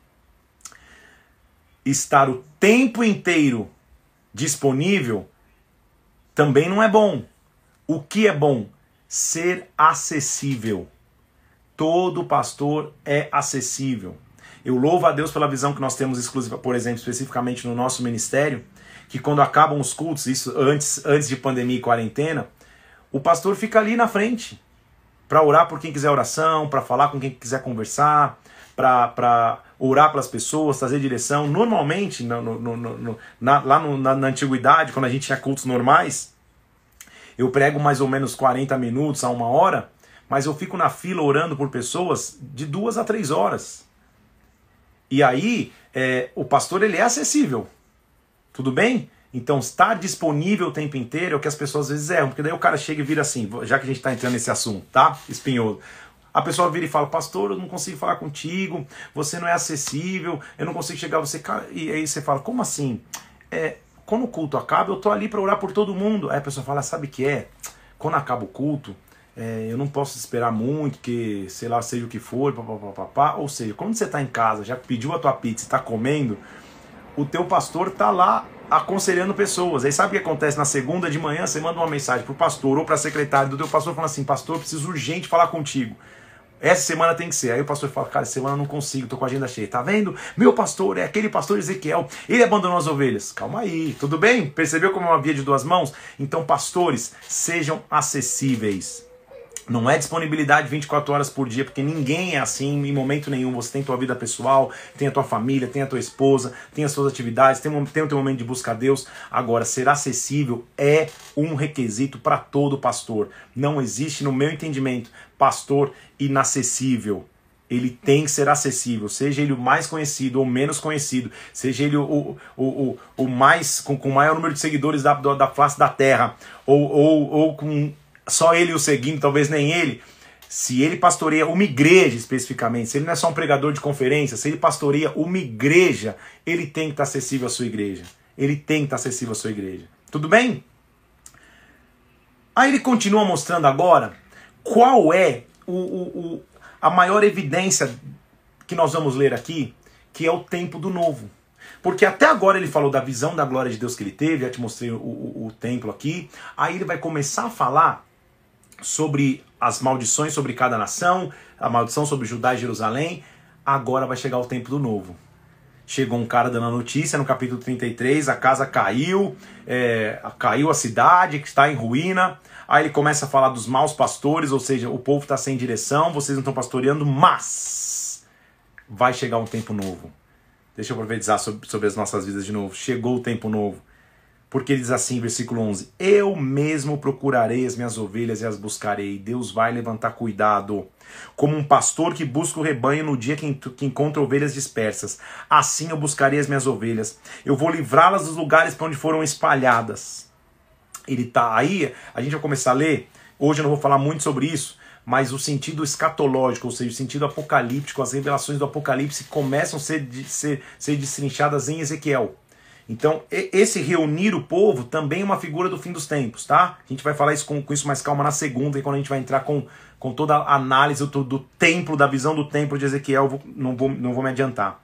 Estar o tempo inteiro disponível também não é bom. O que é bom? Ser acessível. Todo pastor é acessível. Eu louvo a Deus pela visão que nós temos exclusiva, por exemplo, especificamente no nosso ministério, que quando acabam os cultos, isso antes, antes de pandemia e quarentena, o pastor fica ali na frente para orar por quem quiser oração, para falar com quem quiser conversar, para orar pelas pessoas, trazer direção. Normalmente, no, no, no, no, na, lá no, na, na antiguidade, quando a gente tinha cultos normais, eu prego mais ou menos quarenta minutos a uma hora, mas eu fico na fila orando por pessoas de duas a três horas. E aí, é, o pastor ele é acessível. Tudo bem? Então, estar disponível o tempo inteiro é o que as pessoas às vezes erram. Porque daí o cara chega e vira assim, já que a gente está entrando nesse assunto, tá? Espinhoso. A pessoa vira e fala, pastor, eu não consigo falar contigo, você não é acessível, eu não consigo chegar a você. E aí você fala, como assim? É, quando o culto acaba, eu tô ali para orar por todo mundo. Aí a pessoa fala, sabe o que é? Quando acaba o culto, é, eu não posso esperar muito, que, sei lá, seja o que for, papapá. Ou seja, quando você tá em casa, já pediu a tua pizza e tá comendo, o teu pastor tá lá aconselhando pessoas. Aí sabe o que acontece? Na segunda de manhã, você manda uma mensagem pro pastor ou pra secretária do teu pastor falando assim, pastor, eu preciso urgente falar contigo. Essa semana tem que ser. Aí o pastor fala, cara, essa semana eu não consigo, tô com a agenda cheia. Tá vendo? Meu pastor é aquele pastor Ezequiel. Ele abandonou as ovelhas. Calma aí, tudo bem? Percebeu como é uma via de duas mãos? Então, pastores, sejam acessíveis. Não é disponibilidade vinte e quatro horas por dia, porque ninguém é assim em momento nenhum. Você tem tua vida pessoal, tem a tua família, tem a tua esposa, tem as suas atividades, tem, um, tem o teu momento de busca a Deus. Agora, ser acessível é um requisito para todo pastor. Não existe, no meu entendimento, pastor inacessível. Ele tem que ser acessível, seja ele o mais conhecido ou menos conhecido, seja ele o, o, o, o mais com o maior número de seguidores da, da face da terra, ou, ou, ou com só ele o seguindo, talvez nem ele. Se ele pastoreia uma igreja especificamente, se ele não é só um pregador de conferência, se ele pastoreia uma igreja, ele tem que estar acessível à sua igreja. Ele tem que estar acessível à sua igreja. Tudo bem? Aí ele continua mostrando agora qual é o, o, o, a maior evidência que nós vamos ler aqui, que é o tempo do novo. Porque até agora ele falou da visão da glória de Deus que ele teve, já te mostrei o, o, o templo aqui. Aí ele vai começar a falar sobre as maldições sobre cada nação, a maldição sobre Judá e Jerusalém. Agora vai chegar o tempo do novo. Chegou um cara dando a notícia no capítulo trinta e três, a casa caiu, é, caiu a cidade que está em ruína. Aí ele começa a falar dos maus pastores, ou seja, o povo está sem direção, vocês não estão pastoreando, mas vai chegar um tempo novo. Deixa eu profetizar sobre, sobre as nossas vidas de novo. Chegou o tempo novo. Porque ele diz assim, versículo onze, eu mesmo procurarei as minhas ovelhas e as buscarei. Deus vai levantar cuidado. Como um pastor que busca o rebanho no dia que, que encontra ovelhas dispersas. Assim eu buscarei as minhas ovelhas. Eu vou livrá-las dos lugares para onde foram espalhadas. Ele tá aí, a gente vai começar a ler. Hoje eu não vou falar muito sobre isso. Mas o sentido escatológico, ou seja, o sentido apocalíptico, as revelações do Apocalipse começam a ser, ser, ser destrinchadas em Ezequiel. Então, esse reunir o povo também é uma figura do fim dos tempos, tá? A gente vai falar isso com, com isso mais calma na segunda, e quando a gente vai entrar com, com toda a análise do, do templo, da visão do templo de Ezequiel, vou, não, vou, não vou me adiantar.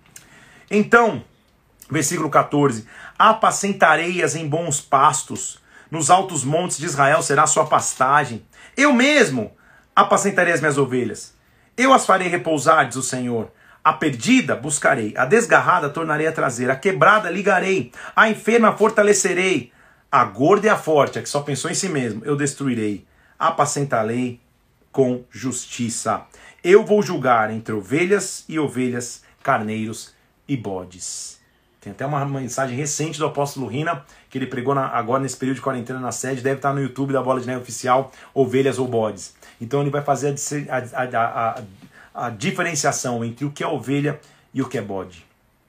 Então, versículo quatorze, apacentarei-as em bons pastos, nos altos montes de Israel será sua pastagem. Eu mesmo apacentarei as minhas ovelhas, eu as farei repousar, diz o Senhor. A perdida buscarei, a desgarrada tornarei a trazer, a quebrada ligarei, a enferma fortalecerei, a gorda e a forte, a que só pensou em si mesmo, eu destruirei, apacentarei com justiça. Eu vou julgar entre ovelhas e ovelhas, carneiros e bodes. Tem até uma mensagem recente do apóstolo Rina, que ele pregou na, agora nesse período de quarentena na sede, deve estar no YouTube da Bola de Neve Oficial, Ovelhas ou Bodes. Então ele vai fazer a, a, a, a a diferenciação entre o que é ovelha e o que é bode.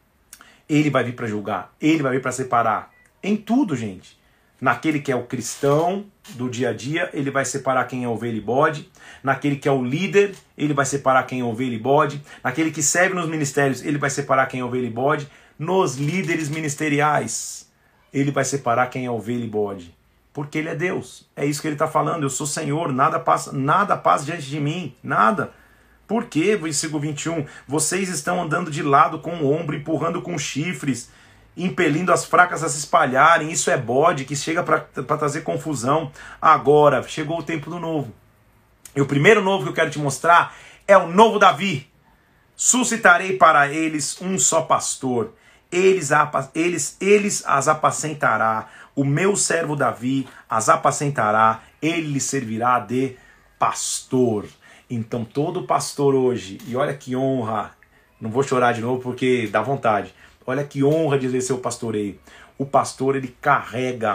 Ele vai vir para julgar, ele vai vir para separar em tudo, gente. Naquele que é o cristão do dia a dia, ele vai separar quem é ovelha e bode. Naquele que é o líder, ele vai separar quem é ovelha e bode. Naquele que serve nos ministérios, ele vai separar quem é ovelha e bode. Nos líderes ministeriais, ele vai separar quem é ovelha e bode. Porque ele é Deus. É isso que ele está falando. Eu sou Senhor, nada passa, nada passa diante de mim, nada. Por quê? Versículo vinte e um, vocês estão andando de lado com o ombro, empurrando com chifres, impelindo as fracas a se espalharem. Isso é bode que chega para trazer confusão. Agora, chegou o tempo do novo. E o primeiro novo que eu quero te mostrar é o novo Davi. Suscitarei para eles um só pastor. Eles, eles, eles as apacentará. O meu servo Davi as apacentará. Ele lhes servirá de pastor. Então todo pastor hoje, e olha que honra, não vou chorar de novo porque dá vontade, olha que honra de exercer o pastoreio. O pastor, ele carrega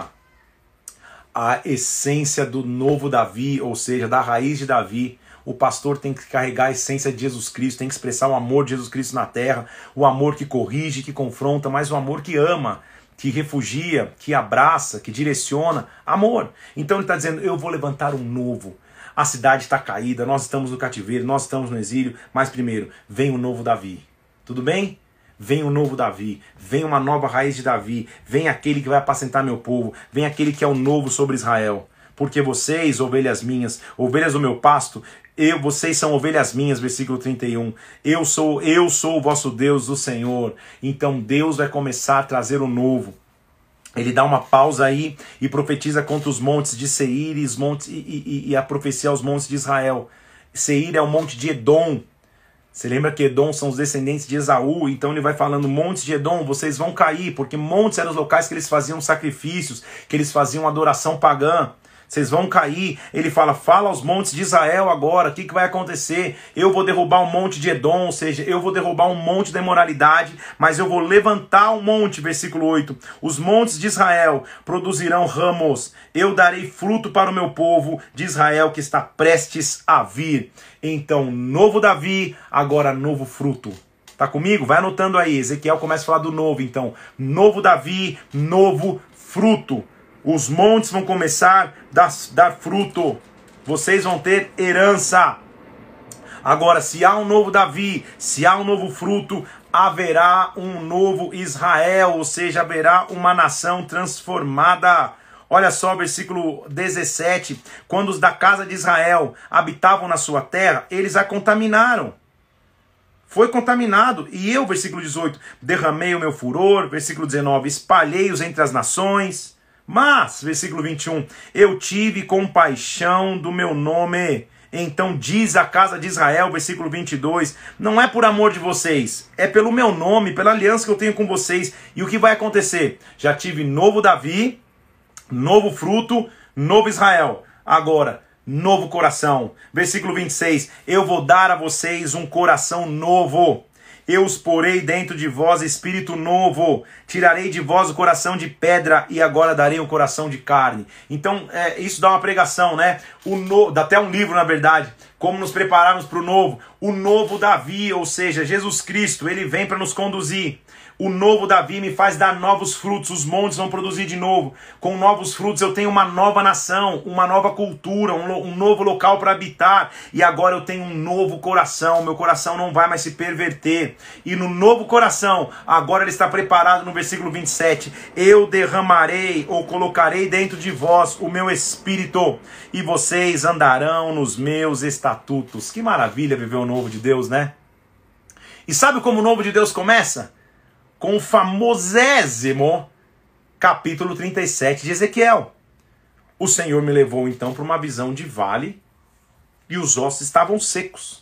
a essência do novo Davi, ou seja, da raiz de Davi. O pastor tem que carregar a essência de Jesus Cristo, tem que expressar o amor de Jesus Cristo na terra, o amor que corrige, que confronta, mas o amor que ama, que refugia, que abraça, que direciona, amor. Então ele está dizendo, eu vou levantar um novo. A cidade está caída, nós estamos no cativeiro, nós estamos no exílio, mas primeiro, vem o novo Davi. Tudo bem? Vem o novo Davi, vem uma nova raiz de Davi, vem aquele que vai apacentar meu povo, vem aquele que é o novo sobre Israel. Porque vocês, ovelhas minhas, ovelhas do meu pasto, eu, vocês são ovelhas minhas, versículo trinta e um. Eu sou, eu sou o vosso Deus, o Senhor. Então Deus vai começar a trazer o novo. Ele dá uma pausa aí e profetiza contra os montes de Seir e, os montes, e, e, e a profecia aos montes de Israel. Seir é o monte de Edom. Você lembra que Edom são os descendentes de Esaú? Então ele vai falando, montes de Edom, vocês vão cair, porque montes eram os locais que eles faziam sacrifícios, que eles faziam adoração pagã. Vocês vão cair. Ele fala, fala aos montes de Israel agora, o que, que vai acontecer? Eu vou derrubar um monte de Edom, ou seja, eu vou derrubar um monte de imoralidade, mas eu vou levantar um monte, versículo oito. Os montes de Israel produzirão ramos, eu darei fruto para o meu povo de Israel que está prestes a vir. Então, novo Davi, agora novo fruto. Tá comigo? Vai anotando aí, Ezequiel começa a falar do novo, então. Novo Davi, novo fruto. Os montes vão começar a dar, dar fruto. Vocês vão ter herança. Agora, se há um novo Davi, se há um novo fruto, haverá um novo Israel, ou seja, haverá uma nação transformada. Olha só, versículo dezessete. Quando os da casa de Israel habitavam na sua terra, eles a contaminaram. Foi contaminado. E eu, versículo dezoito, derramei o meu furor. Versículo dezenove, espalhei-os entre as nações. Mas, versículo vinte e um, eu tive compaixão do meu nome. Então diz a casa de Israel, versículo vinte e dois, não é por amor de vocês, é pelo meu nome, pela aliança que eu tenho com vocês. E o que vai acontecer? Já tive novo Davi, novo fruto, novo Israel. Agora, novo coração. Versículo vinte e seis, eu vou dar a vocês um coração novo. Eu os porei dentro de vós espírito novo, tirarei de vós o coração de pedra e agora darei um coração de carne. Então, é, isso dá uma pregação, né? O no... Dá até um livro, na verdade, como nos prepararmos para o novo. O novo Davi, ou seja, Jesus Cristo, ele vem para nos conduzir. O novo Davi me faz dar novos frutos, os montes vão produzir de novo. Com novos frutos eu tenho uma nova nação, uma nova cultura, um, um novo local para habitar. E agora eu tenho um novo coração, meu coração não vai mais se perverter. E no novo coração, agora ele está preparado no versículo vinte e sete. Eu derramarei ou colocarei dentro de vós o meu espírito e vocês andarão nos meus estatutos. Que maravilha viver o novo de Deus, né? E sabe como o novo de Deus começa? Com o famosésimo capítulo trinta e sete de Ezequiel. O Senhor me levou então para uma visão de vale e os ossos estavam secos.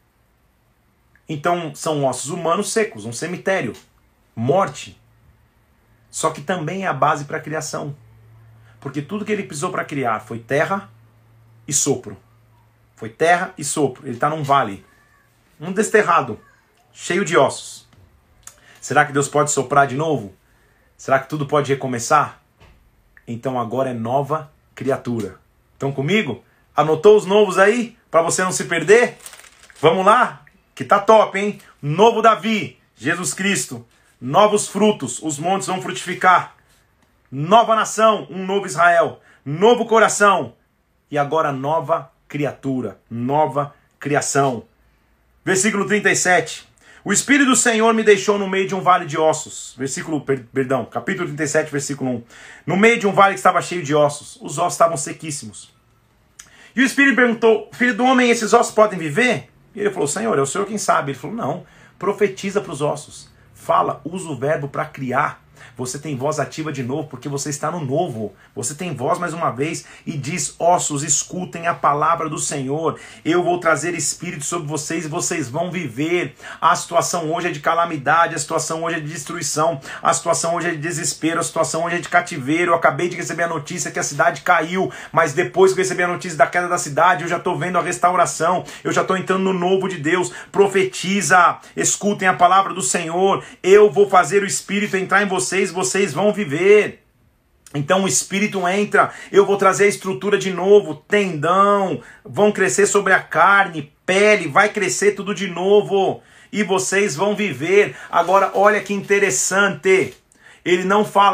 Então são ossos humanos secos, um cemitério, morte. Só que também é a base para a criação. Porque tudo que ele pisou para criar foi terra e sopro. Foi terra e sopro. Ele está num vale, um desterrado, cheio de ossos. Será que Deus pode soprar de novo? Será que tudo pode recomeçar? Então agora é nova criatura. Estão comigo? Anotou os novos aí? Para você não se perder? Vamos lá? Que tá top, hein? Novo Davi, Jesus Cristo. Novos frutos, os montes vão frutificar. Nova nação, um novo Israel. Novo coração. E agora nova criatura. Nova criação. Versículo trinta e sete. O Espírito do Senhor me deixou no meio de um vale de ossos. Versículo, per, perdão, capítulo trinta e sete, versículo um. No meio de um vale que estava cheio de ossos. Os ossos estavam sequíssimos. E o Espírito perguntou, filho do homem, esses ossos podem viver? E ele falou, Senhor, é o Senhor quem sabe. Ele falou, não, profetiza para os ossos. Fala, usa o verbo para criar. Você tem voz ativa de novo, porque você está no novo. Você tem voz mais uma vez e diz, ossos, escutem a palavra do Senhor. Eu vou trazer espírito sobre vocês e vocês vão viver. A situação hoje é de calamidade, a situação hoje é de destruição, a situação hoje é de desespero, a situação hoje é de cativeiro. Eu acabei de receber a notícia que a cidade caiu, mas depois que eu recebi a notícia da queda da cidade, eu já estou vendo a restauração, eu já estou entrando no novo de Deus. Profetiza, escutem a palavra do Senhor. Eu vou fazer o Espírito entrar em vocês, vocês vão viver. Então o Espírito entra, eu vou trazer a estrutura de novo, tendão, vão crescer sobre a carne, pele, vai crescer tudo de novo, e vocês vão viver. Agora olha que interessante, ele não fala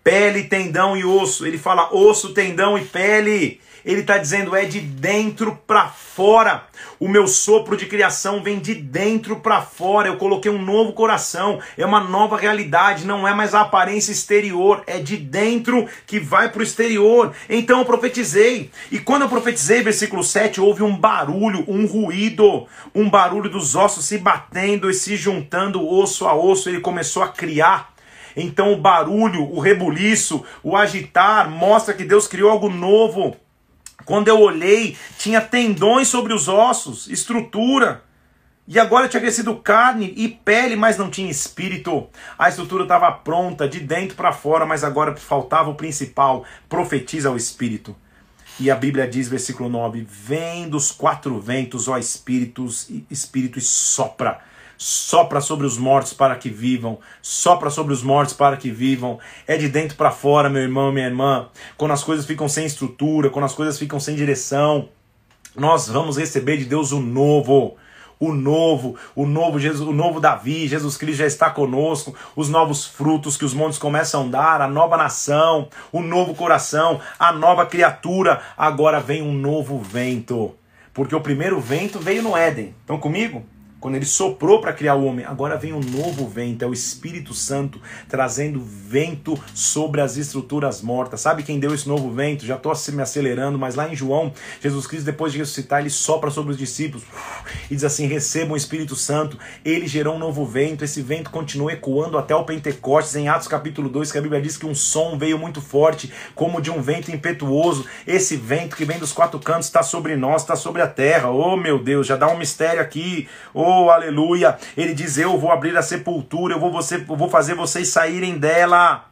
pele, tendão e osso. Ele fala osso, tendão e pele. Ele está dizendo é de dentro para fora. O meu sopro de criação vem de dentro para fora. Eu coloquei um novo coração. É uma nova realidade. Não é mais a aparência exterior. É de dentro que vai para o exterior. Então eu profetizei. E quando eu profetizei, versículo sete, houve um barulho, um ruído. Um barulho dos ossos se batendo e se juntando osso a osso. Ele começou a criar. Então o barulho, o rebuliço, o agitar mostra que Deus criou algo novo. Quando eu olhei, tinha tendões sobre os ossos, estrutura. E agora tinha crescido carne e pele, mas não tinha espírito. A estrutura estava pronta, de dentro para fora, mas agora faltava o principal, profetiza o espírito. E a Bíblia diz, versículo nove, vem dos quatro ventos, ó espíritos, espírito e sopra. Sopra sobre os mortos para que vivam. Sopra sobre os mortos para que vivam. É de dentro para fora, meu irmão, minha irmã. Quando as coisas ficam sem estrutura, quando as coisas ficam sem direção, nós vamos receber de Deus o novo. O novo, o novo Jesus, o novo Davi, Jesus Cristo já está conosco, os novos frutos que os montes começam a dar, a nova nação, o novo coração, a nova criatura. Agora vem um novo vento. Porque o primeiro vento veio no Éden. Estão comigo? Quando ele soprou para criar o homem, agora vem um novo vento, é o Espírito Santo trazendo vento sobre as estruturas mortas. Sabe quem deu esse novo vento? Já estou me acelerando, mas lá em João, Jesus Cristo, depois de ressuscitar, ele sopra sobre os discípulos e diz assim, recebam o Espírito Santo. Ele gerou um novo vento, esse vento continua ecoando até o Pentecostes, em Atos capítulo dois, que a Bíblia diz que um som veio muito forte, como de um vento impetuoso. Esse vento que vem dos quatro cantos está sobre nós, está sobre a terra. Oh meu Deus, já dá um mistério aqui. Oh, Oh, aleluia, ele diz, eu vou abrir a sepultura, eu vou, você, eu vou fazer vocês saírem dela.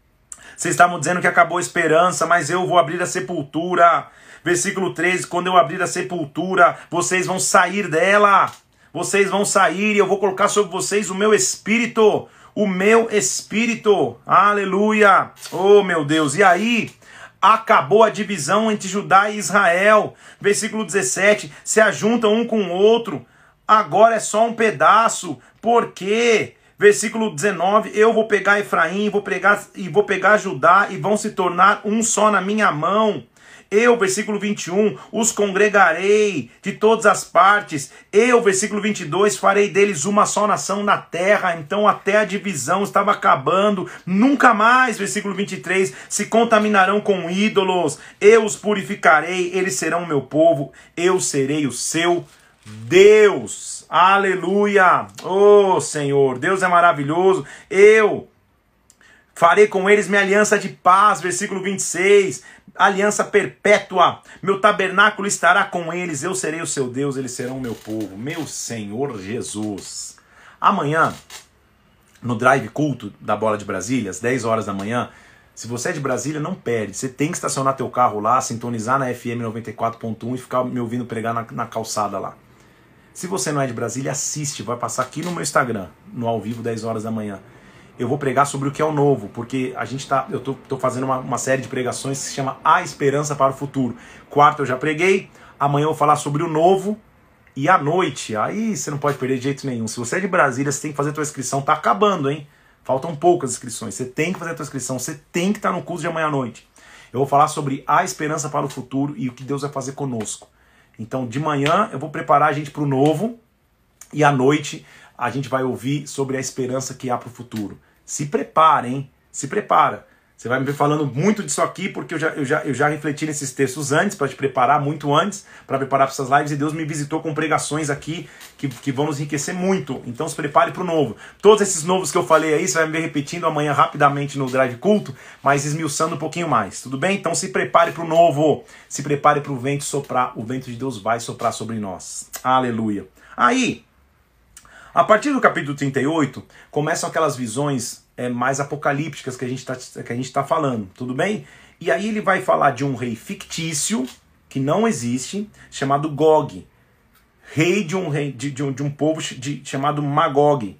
Vocês estavam dizendo que acabou a esperança, mas eu vou abrir a sepultura. Versículo treze, quando eu abrir a sepultura, vocês vão sair dela. Vocês vão sair e eu vou colocar sobre vocês o meu espírito. O meu espírito, aleluia. Oh meu Deus, e aí... acabou a divisão entre Judá e Israel. Versículo dezessete, se ajuntam um com o outro. Agora é só um pedaço. Por quê? Versículo dezenove, eu vou pegar Efraim, vou pegar, e vou pegar Judá, e vão se tornar um só na minha mão. Eu, versículo vinte e um, os congregarei de todas as partes. Eu, versículo vinte e dois, farei deles uma só nação na terra. Então até a divisão estava acabando. Nunca mais, versículo vinte e três, se contaminarão com ídolos. Eu os purificarei, eles serão meu povo. Eu serei o seu Deus. Aleluia. Oh Senhor, Deus é maravilhoso. Eu farei com eles minha aliança de paz, versículo vinte e seis, aliança perpétua, meu tabernáculo estará com eles, eu serei o seu Deus, eles serão o meu povo, meu Senhor Jesus. Amanhã, no Drive Culto da Bola de Brasília, às dez horas da manhã, se você é de Brasília, não perde, você tem que estacionar teu carro lá, sintonizar na F M noventa e quatro ponto um e ficar me ouvindo pregar na, na calçada lá. Se você não é de Brasília, assiste, vai passar aqui no meu Instagram, no ao vivo, dez horas da manhã. Eu vou pregar sobre o que é o novo, porque a gente tá, eu tô, tô fazendo uma, uma série de pregações que se chama A Esperança para o Futuro. Quarto eu já preguei, amanhã eu vou falar sobre o novo, e à noite, aí você não pode perder de jeito nenhum. Se você é de Brasília, você tem que fazer a tua inscrição, tá acabando, hein? Faltam poucas inscrições, você tem que fazer a tua inscrição, você tem que estar no curso de amanhã à noite. Eu vou falar sobre a esperança para o futuro e o que Deus vai fazer conosco. Então, de manhã eu vou preparar a gente para o novo, e à noite a gente vai ouvir sobre a esperança que há para o futuro. Se prepara, hein? Se prepara. Você vai me ver falando muito disso aqui, porque eu já, eu já, eu já refleti nesses textos antes, para te preparar muito antes, para preparar para essas lives, e Deus me visitou com pregações aqui que, que vão nos enriquecer muito. Então se prepare para o novo. Todos esses novos que eu falei aí, você vai me ver repetindo amanhã rapidamente no Drive Culto, mas esmiuçando um pouquinho mais, tudo bem? Então se prepare para o novo, se prepare para o vento soprar, o vento de Deus vai soprar sobre nós. Aleluia. Aí... a partir do capítulo trinta e oito, começam aquelas visões é, mais apocalípticas que a gente está que a gente tá falando, tudo bem? E aí ele vai falar de um rei fictício, que não existe, chamado Gog. Rei de um, rei, de, de um, de um povo de, chamado Magog.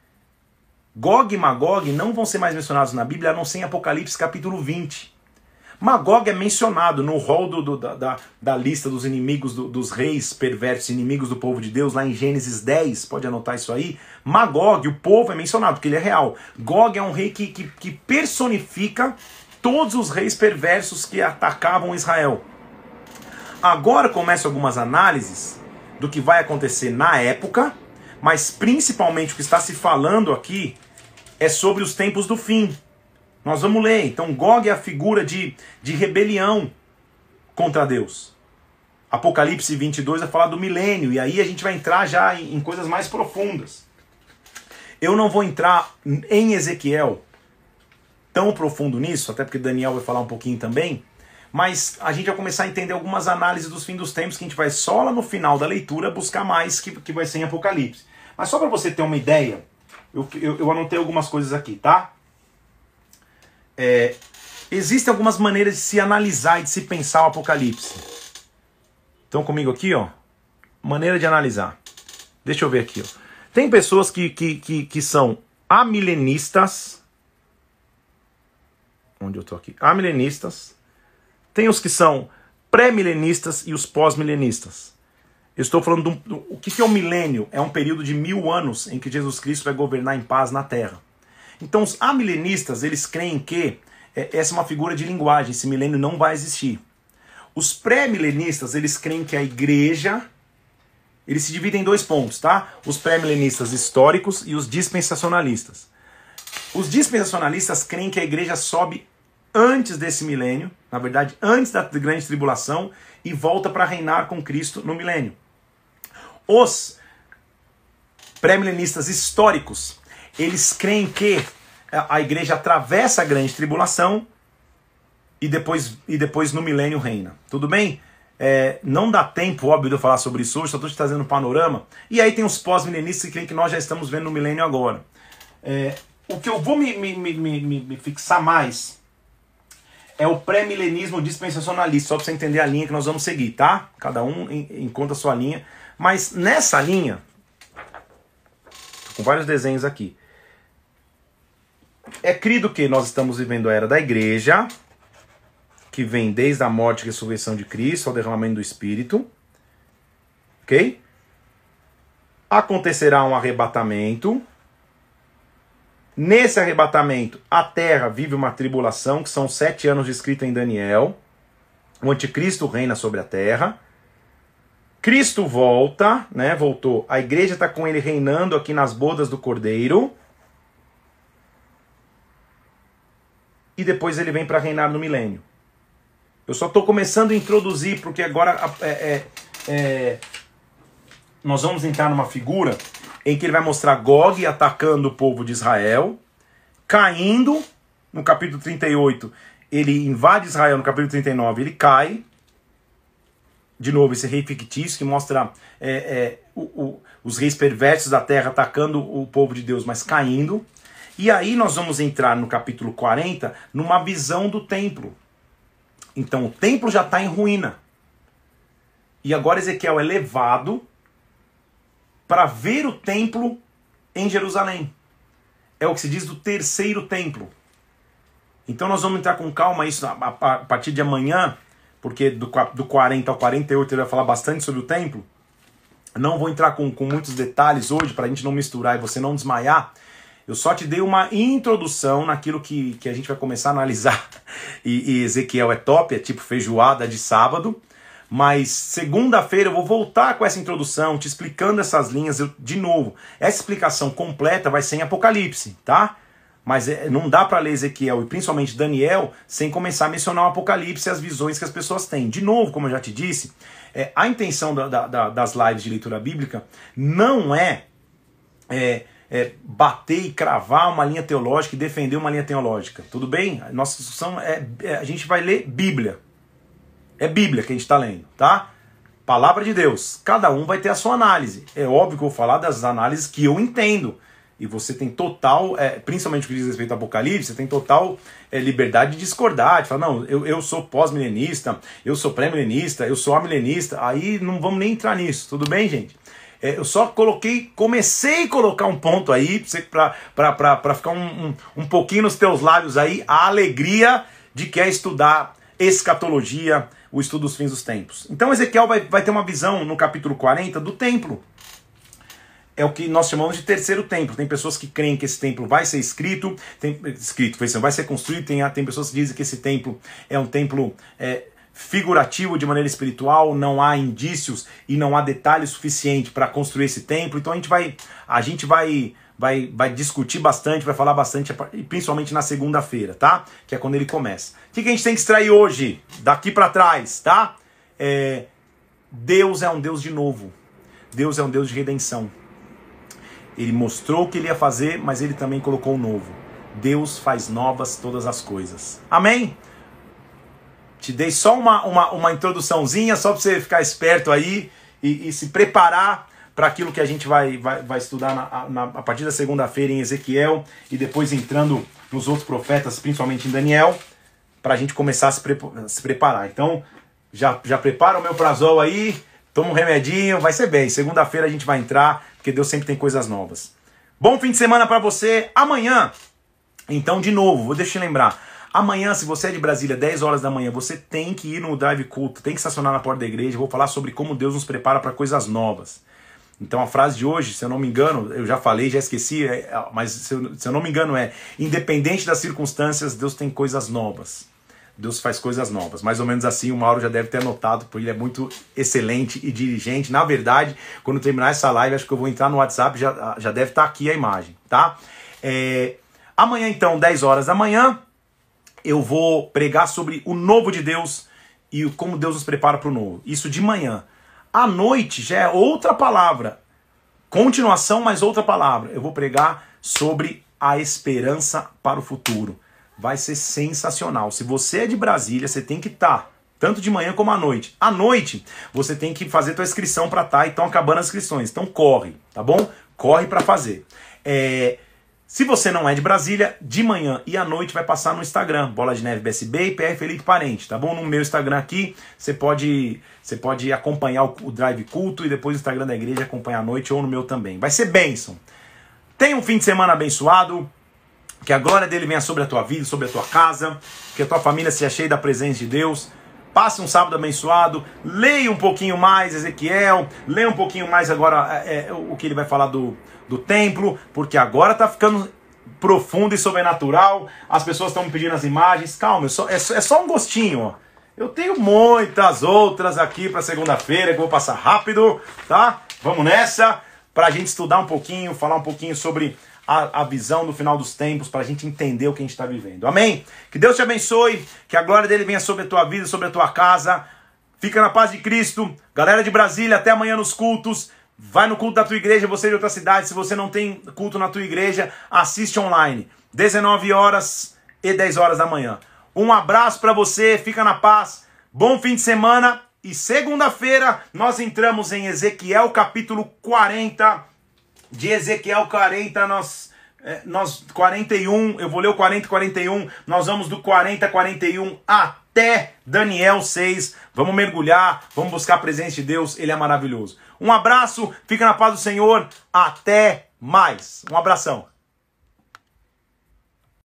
Gog e Magog não vão ser mais mencionados na Bíblia, a não ser em Apocalipse capítulo vinte. Magog é mencionado no rol do, do, da, da lista dos inimigos, do, dos reis perversos, inimigos do povo de Deus, lá em Gênesis dez, pode anotar isso aí. Magog, o povo, é mencionado, porque ele é real. Gog é um rei que, que, que personifica todos os reis perversos que atacavam Israel. Agora começam algumas análises do que vai acontecer na época, mas principalmente o que está se falando aqui é sobre os tempos do fim. Nós vamos ler. Então, Gog é a figura de, de rebelião contra Deus. Apocalipse vinte e dois vai falar do milênio, e aí a gente vai entrar já em, em coisas mais profundas. Eu não vou entrar em Ezequiel tão profundo nisso, até porque Daniel vai falar um pouquinho também, mas a gente vai começar a entender algumas análises dos fins dos tempos, que a gente vai só lá no final da leitura buscar mais, que, que vai ser em Apocalipse. Mas só para você ter uma ideia, eu, eu, eu anotei algumas coisas aqui, tá? É, existem algumas maneiras de se analisar e de se pensar o Apocalipse. Estão comigo aqui, ó? Maneira de analisar. Deixa eu ver aqui, ó. Tem pessoas que, que, que, que são amilenistas. Onde eu tô aqui? Amilenistas. Tem os que são pré-milenistas e os pós-milenistas. Eu estou falando do, do, o que, que é o milênio? É um período de mil anos em que Jesus Cristo vai governar em paz na Terra. Então os amilenistas, eles creem que é, essa é uma figura de linguagem, esse milênio não vai existir. Os pré-milenistas, eles creem que a igreja, eles se dividem em dois pontos, tá? Os pré-milenistas históricos e os dispensacionalistas. Os dispensacionalistas creem que a igreja sobe antes desse milênio, na verdade, antes da grande tribulação, e volta para reinar com Cristo no milênio. Os pré-milenistas históricos, eles creem que a igreja atravessa a grande tribulação e depois, e depois no milênio reina. Tudo bem? É, não dá tempo, óbvio, de eu falar sobre isso hoje, só estou te trazendo um panorama. E aí tem os pós-milenistas que creem que nós já estamos vendo no milênio agora. É, o que eu vou me, me, me, me, me fixar mais é o pré-milenismo dispensacionalista, só para você entender a linha que nós vamos seguir, tá? Cada um encontra a sua linha. Mas nessa linha, tô com vários desenhos aqui, é crido que nós estamos vivendo a era da igreja, que vem desde a morte e ressurreição de Cristo ao derramamento do Espírito. Ok? Acontecerá um arrebatamento. Nesse arrebatamento, a terra vive uma tribulação, que são sete anos descritos em Daniel. O anticristo reina sobre a terra. Cristo volta, né? Voltou. A igreja está com ele reinando aqui nas bodas do Cordeiro. E depois ele vem para reinar no milênio. Eu só estou começando a introduzir, porque agora é, é, é, nós vamos entrar numa figura em que ele vai mostrar Gog atacando o povo de Israel, caindo, no capítulo trinta e oito, ele invade Israel, no capítulo trinta e nove ele cai, de novo esse rei fictício que mostra é, é, o, o, os reis perversos da terra atacando o povo de Deus, mas caindo. E aí nós vamos entrar no capítulo quarenta, numa visão do templo. Então o templo já está em ruína. E agora Ezequiel é levado para ver o templo em Jerusalém. É o que se diz do terceiro templo. Então nós vamos entrar com calma isso a, a, a partir de amanhã, porque do, do quarenta ao quarenta e oito ele vai falar bastante sobre o templo. Não vou entrar com, com muitos detalhes hoje, para a gente não misturar e você não desmaiar. Eu só te dei uma introdução naquilo que, que a gente vai começar a analisar. E, e Ezequiel é top, é tipo feijoada de sábado. Mas segunda-feira eu vou voltar com essa introdução, te explicando essas linhas eu, de novo. Essa explicação completa vai ser em Apocalipse, tá? Mas é, não dá para ler Ezequiel e principalmente Daniel sem começar a mencionar o Apocalipse e as visões que as pessoas têm. De novo, como eu já te disse, é, a intenção da, da, das lives de leitura bíblica não é... é É, bater e cravar uma linha teológica e defender uma linha teológica. Tudo bem? A nossa discussão é, é... A gente vai ler Bíblia. É Bíblia que a gente está lendo, tá? Palavra de Deus. Cada um vai ter a sua análise. É óbvio que eu vou falar das análises que eu entendo. E você tem total, é, principalmente o que diz respeito ao Apocalipse, você tem total é, liberdade de discordar, de falar, não, eu, eu sou pós-milenista, eu sou pré-milenista, eu sou amilenista. Aí não vamos nem entrar nisso. Tudo bem, gente? É, eu só coloquei, comecei a colocar um ponto aí, para ficar um, um, um pouquinho nos teus lábios aí, a alegria de quem é estudar escatologia, o estudo dos fins dos tempos. Então Ezequiel vai, vai ter uma visão no capítulo quarenta do templo. É o que nós chamamos de terceiro templo. Tem pessoas que creem que esse templo vai ser escrito, tem, escrito vai ser construído, tem, tem pessoas que dizem que esse templo é um templo é, figurativo de maneira espiritual, não há indícios e não há detalhe suficiente para construir esse templo. Então a gente vai, a gente vai, vai, vai discutir bastante, vai falar bastante, principalmente na segunda-feira, tá? Que é quando ele começa. O que a gente tem que extrair hoje, daqui para trás, tá? É, Deus é um Deus de novo. Deus é um Deus de redenção. Ele mostrou o que ele ia fazer, mas ele também colocou o novo. Deus faz novas todas as coisas. Amém? Te dei só uma, uma, uma introduçãozinha, só para você ficar esperto aí e, e se preparar para aquilo que a gente vai, vai, vai estudar na, na, a partir da segunda-feira em Ezequiel e depois entrando nos outros profetas, principalmente em Daniel, para a gente começar a se, pre se preparar. Então, já, já prepara o meu prazol aí, toma um remedinho, vai ser bem. Segunda-feira a gente vai entrar, porque Deus sempre tem coisas novas. Bom fim de semana para você. Amanhã, então, de novo, vou deixar eu lembrar. Amanhã, se você é de Brasília, dez horas da manhã, você tem que ir no Drive Culto, tem que estacionar na porta da igreja. Eu vou falar sobre como Deus nos prepara para coisas novas. Então a frase de hoje, se eu não me engano, eu já falei, já esqueci, mas se eu, se eu não me engano é: independente das circunstâncias, Deus tem coisas novas. Deus faz coisas novas. Mais ou menos assim, o Mauro já deve ter anotado, porque ele é muito excelente e dirigente. Na verdade, quando terminar essa live, acho que eu vou entrar no WhatsApp, já, já deve estar aqui a imagem, tá? É, amanhã, então, dez horas da manhã, eu vou pregar sobre o novo de Deus e como Deus nos prepara para o novo. Isso de manhã. À noite já é outra palavra. Continuação, mas outra palavra. Eu vou pregar sobre a esperança para o futuro. Vai ser sensacional. Se você é de Brasília, você tem que estar, tanto de manhã como à noite. À noite, você tem que fazer tua inscrição para estar, e estão acabando as inscrições. Então corre, tá bom? Corre para fazer. É... Se você não é de Brasília, de manhã e à noite vai passar no Instagram, Bola de Neve B S B e P R Felipe Parente, tá bom? No meu Instagram aqui, você pode, você pode acompanhar o, o Drive Culto e depois o Instagram da igreja acompanhar à noite ou no meu também. Vai ser bênção. Tenha um fim de semana abençoado. Que a glória dele venha sobre a tua vida, sobre a tua casa, que a tua família seja cheia da presença de Deus. Passe um sábado abençoado, leia um pouquinho mais Ezequiel, leia um pouquinho mais agora é, o que ele vai falar do, do templo, porque agora está ficando profundo e sobrenatural. As pessoas estão me pedindo as imagens. Calma, é só, é só, é só um gostinho, ó. Eu tenho muitas outras aqui para segunda-feira que eu vou passar rápido, tá? Vamos nessa, para a gente estudar um pouquinho, falar um pouquinho sobre A, a visão do final dos tempos, para a gente entender o que a gente está vivendo. Amém? Que Deus te abençoe, que a glória dele venha sobre a tua vida, sobre a tua casa. Fica na paz de Cristo. Galera de Brasília, até amanhã nos cultos. Vai no culto da tua igreja, você de outra cidade. Se você não tem culto na tua igreja, assiste online. dezenove horas e dez horas da manhã. Um abraço para você, fica na paz. Bom fim de semana. E segunda-feira nós entramos em Ezequiel capítulo quarenta. De Ezequiel quarenta, nós, é, nós quarenta e um, eu vou ler o quarenta e quarenta e um, nós vamos do quarenta a quarenta e um até Daniel seis, vamos mergulhar, vamos buscar a presença de Deus, ele é maravilhoso. Um abraço, fica na paz do Senhor, até mais, um abração.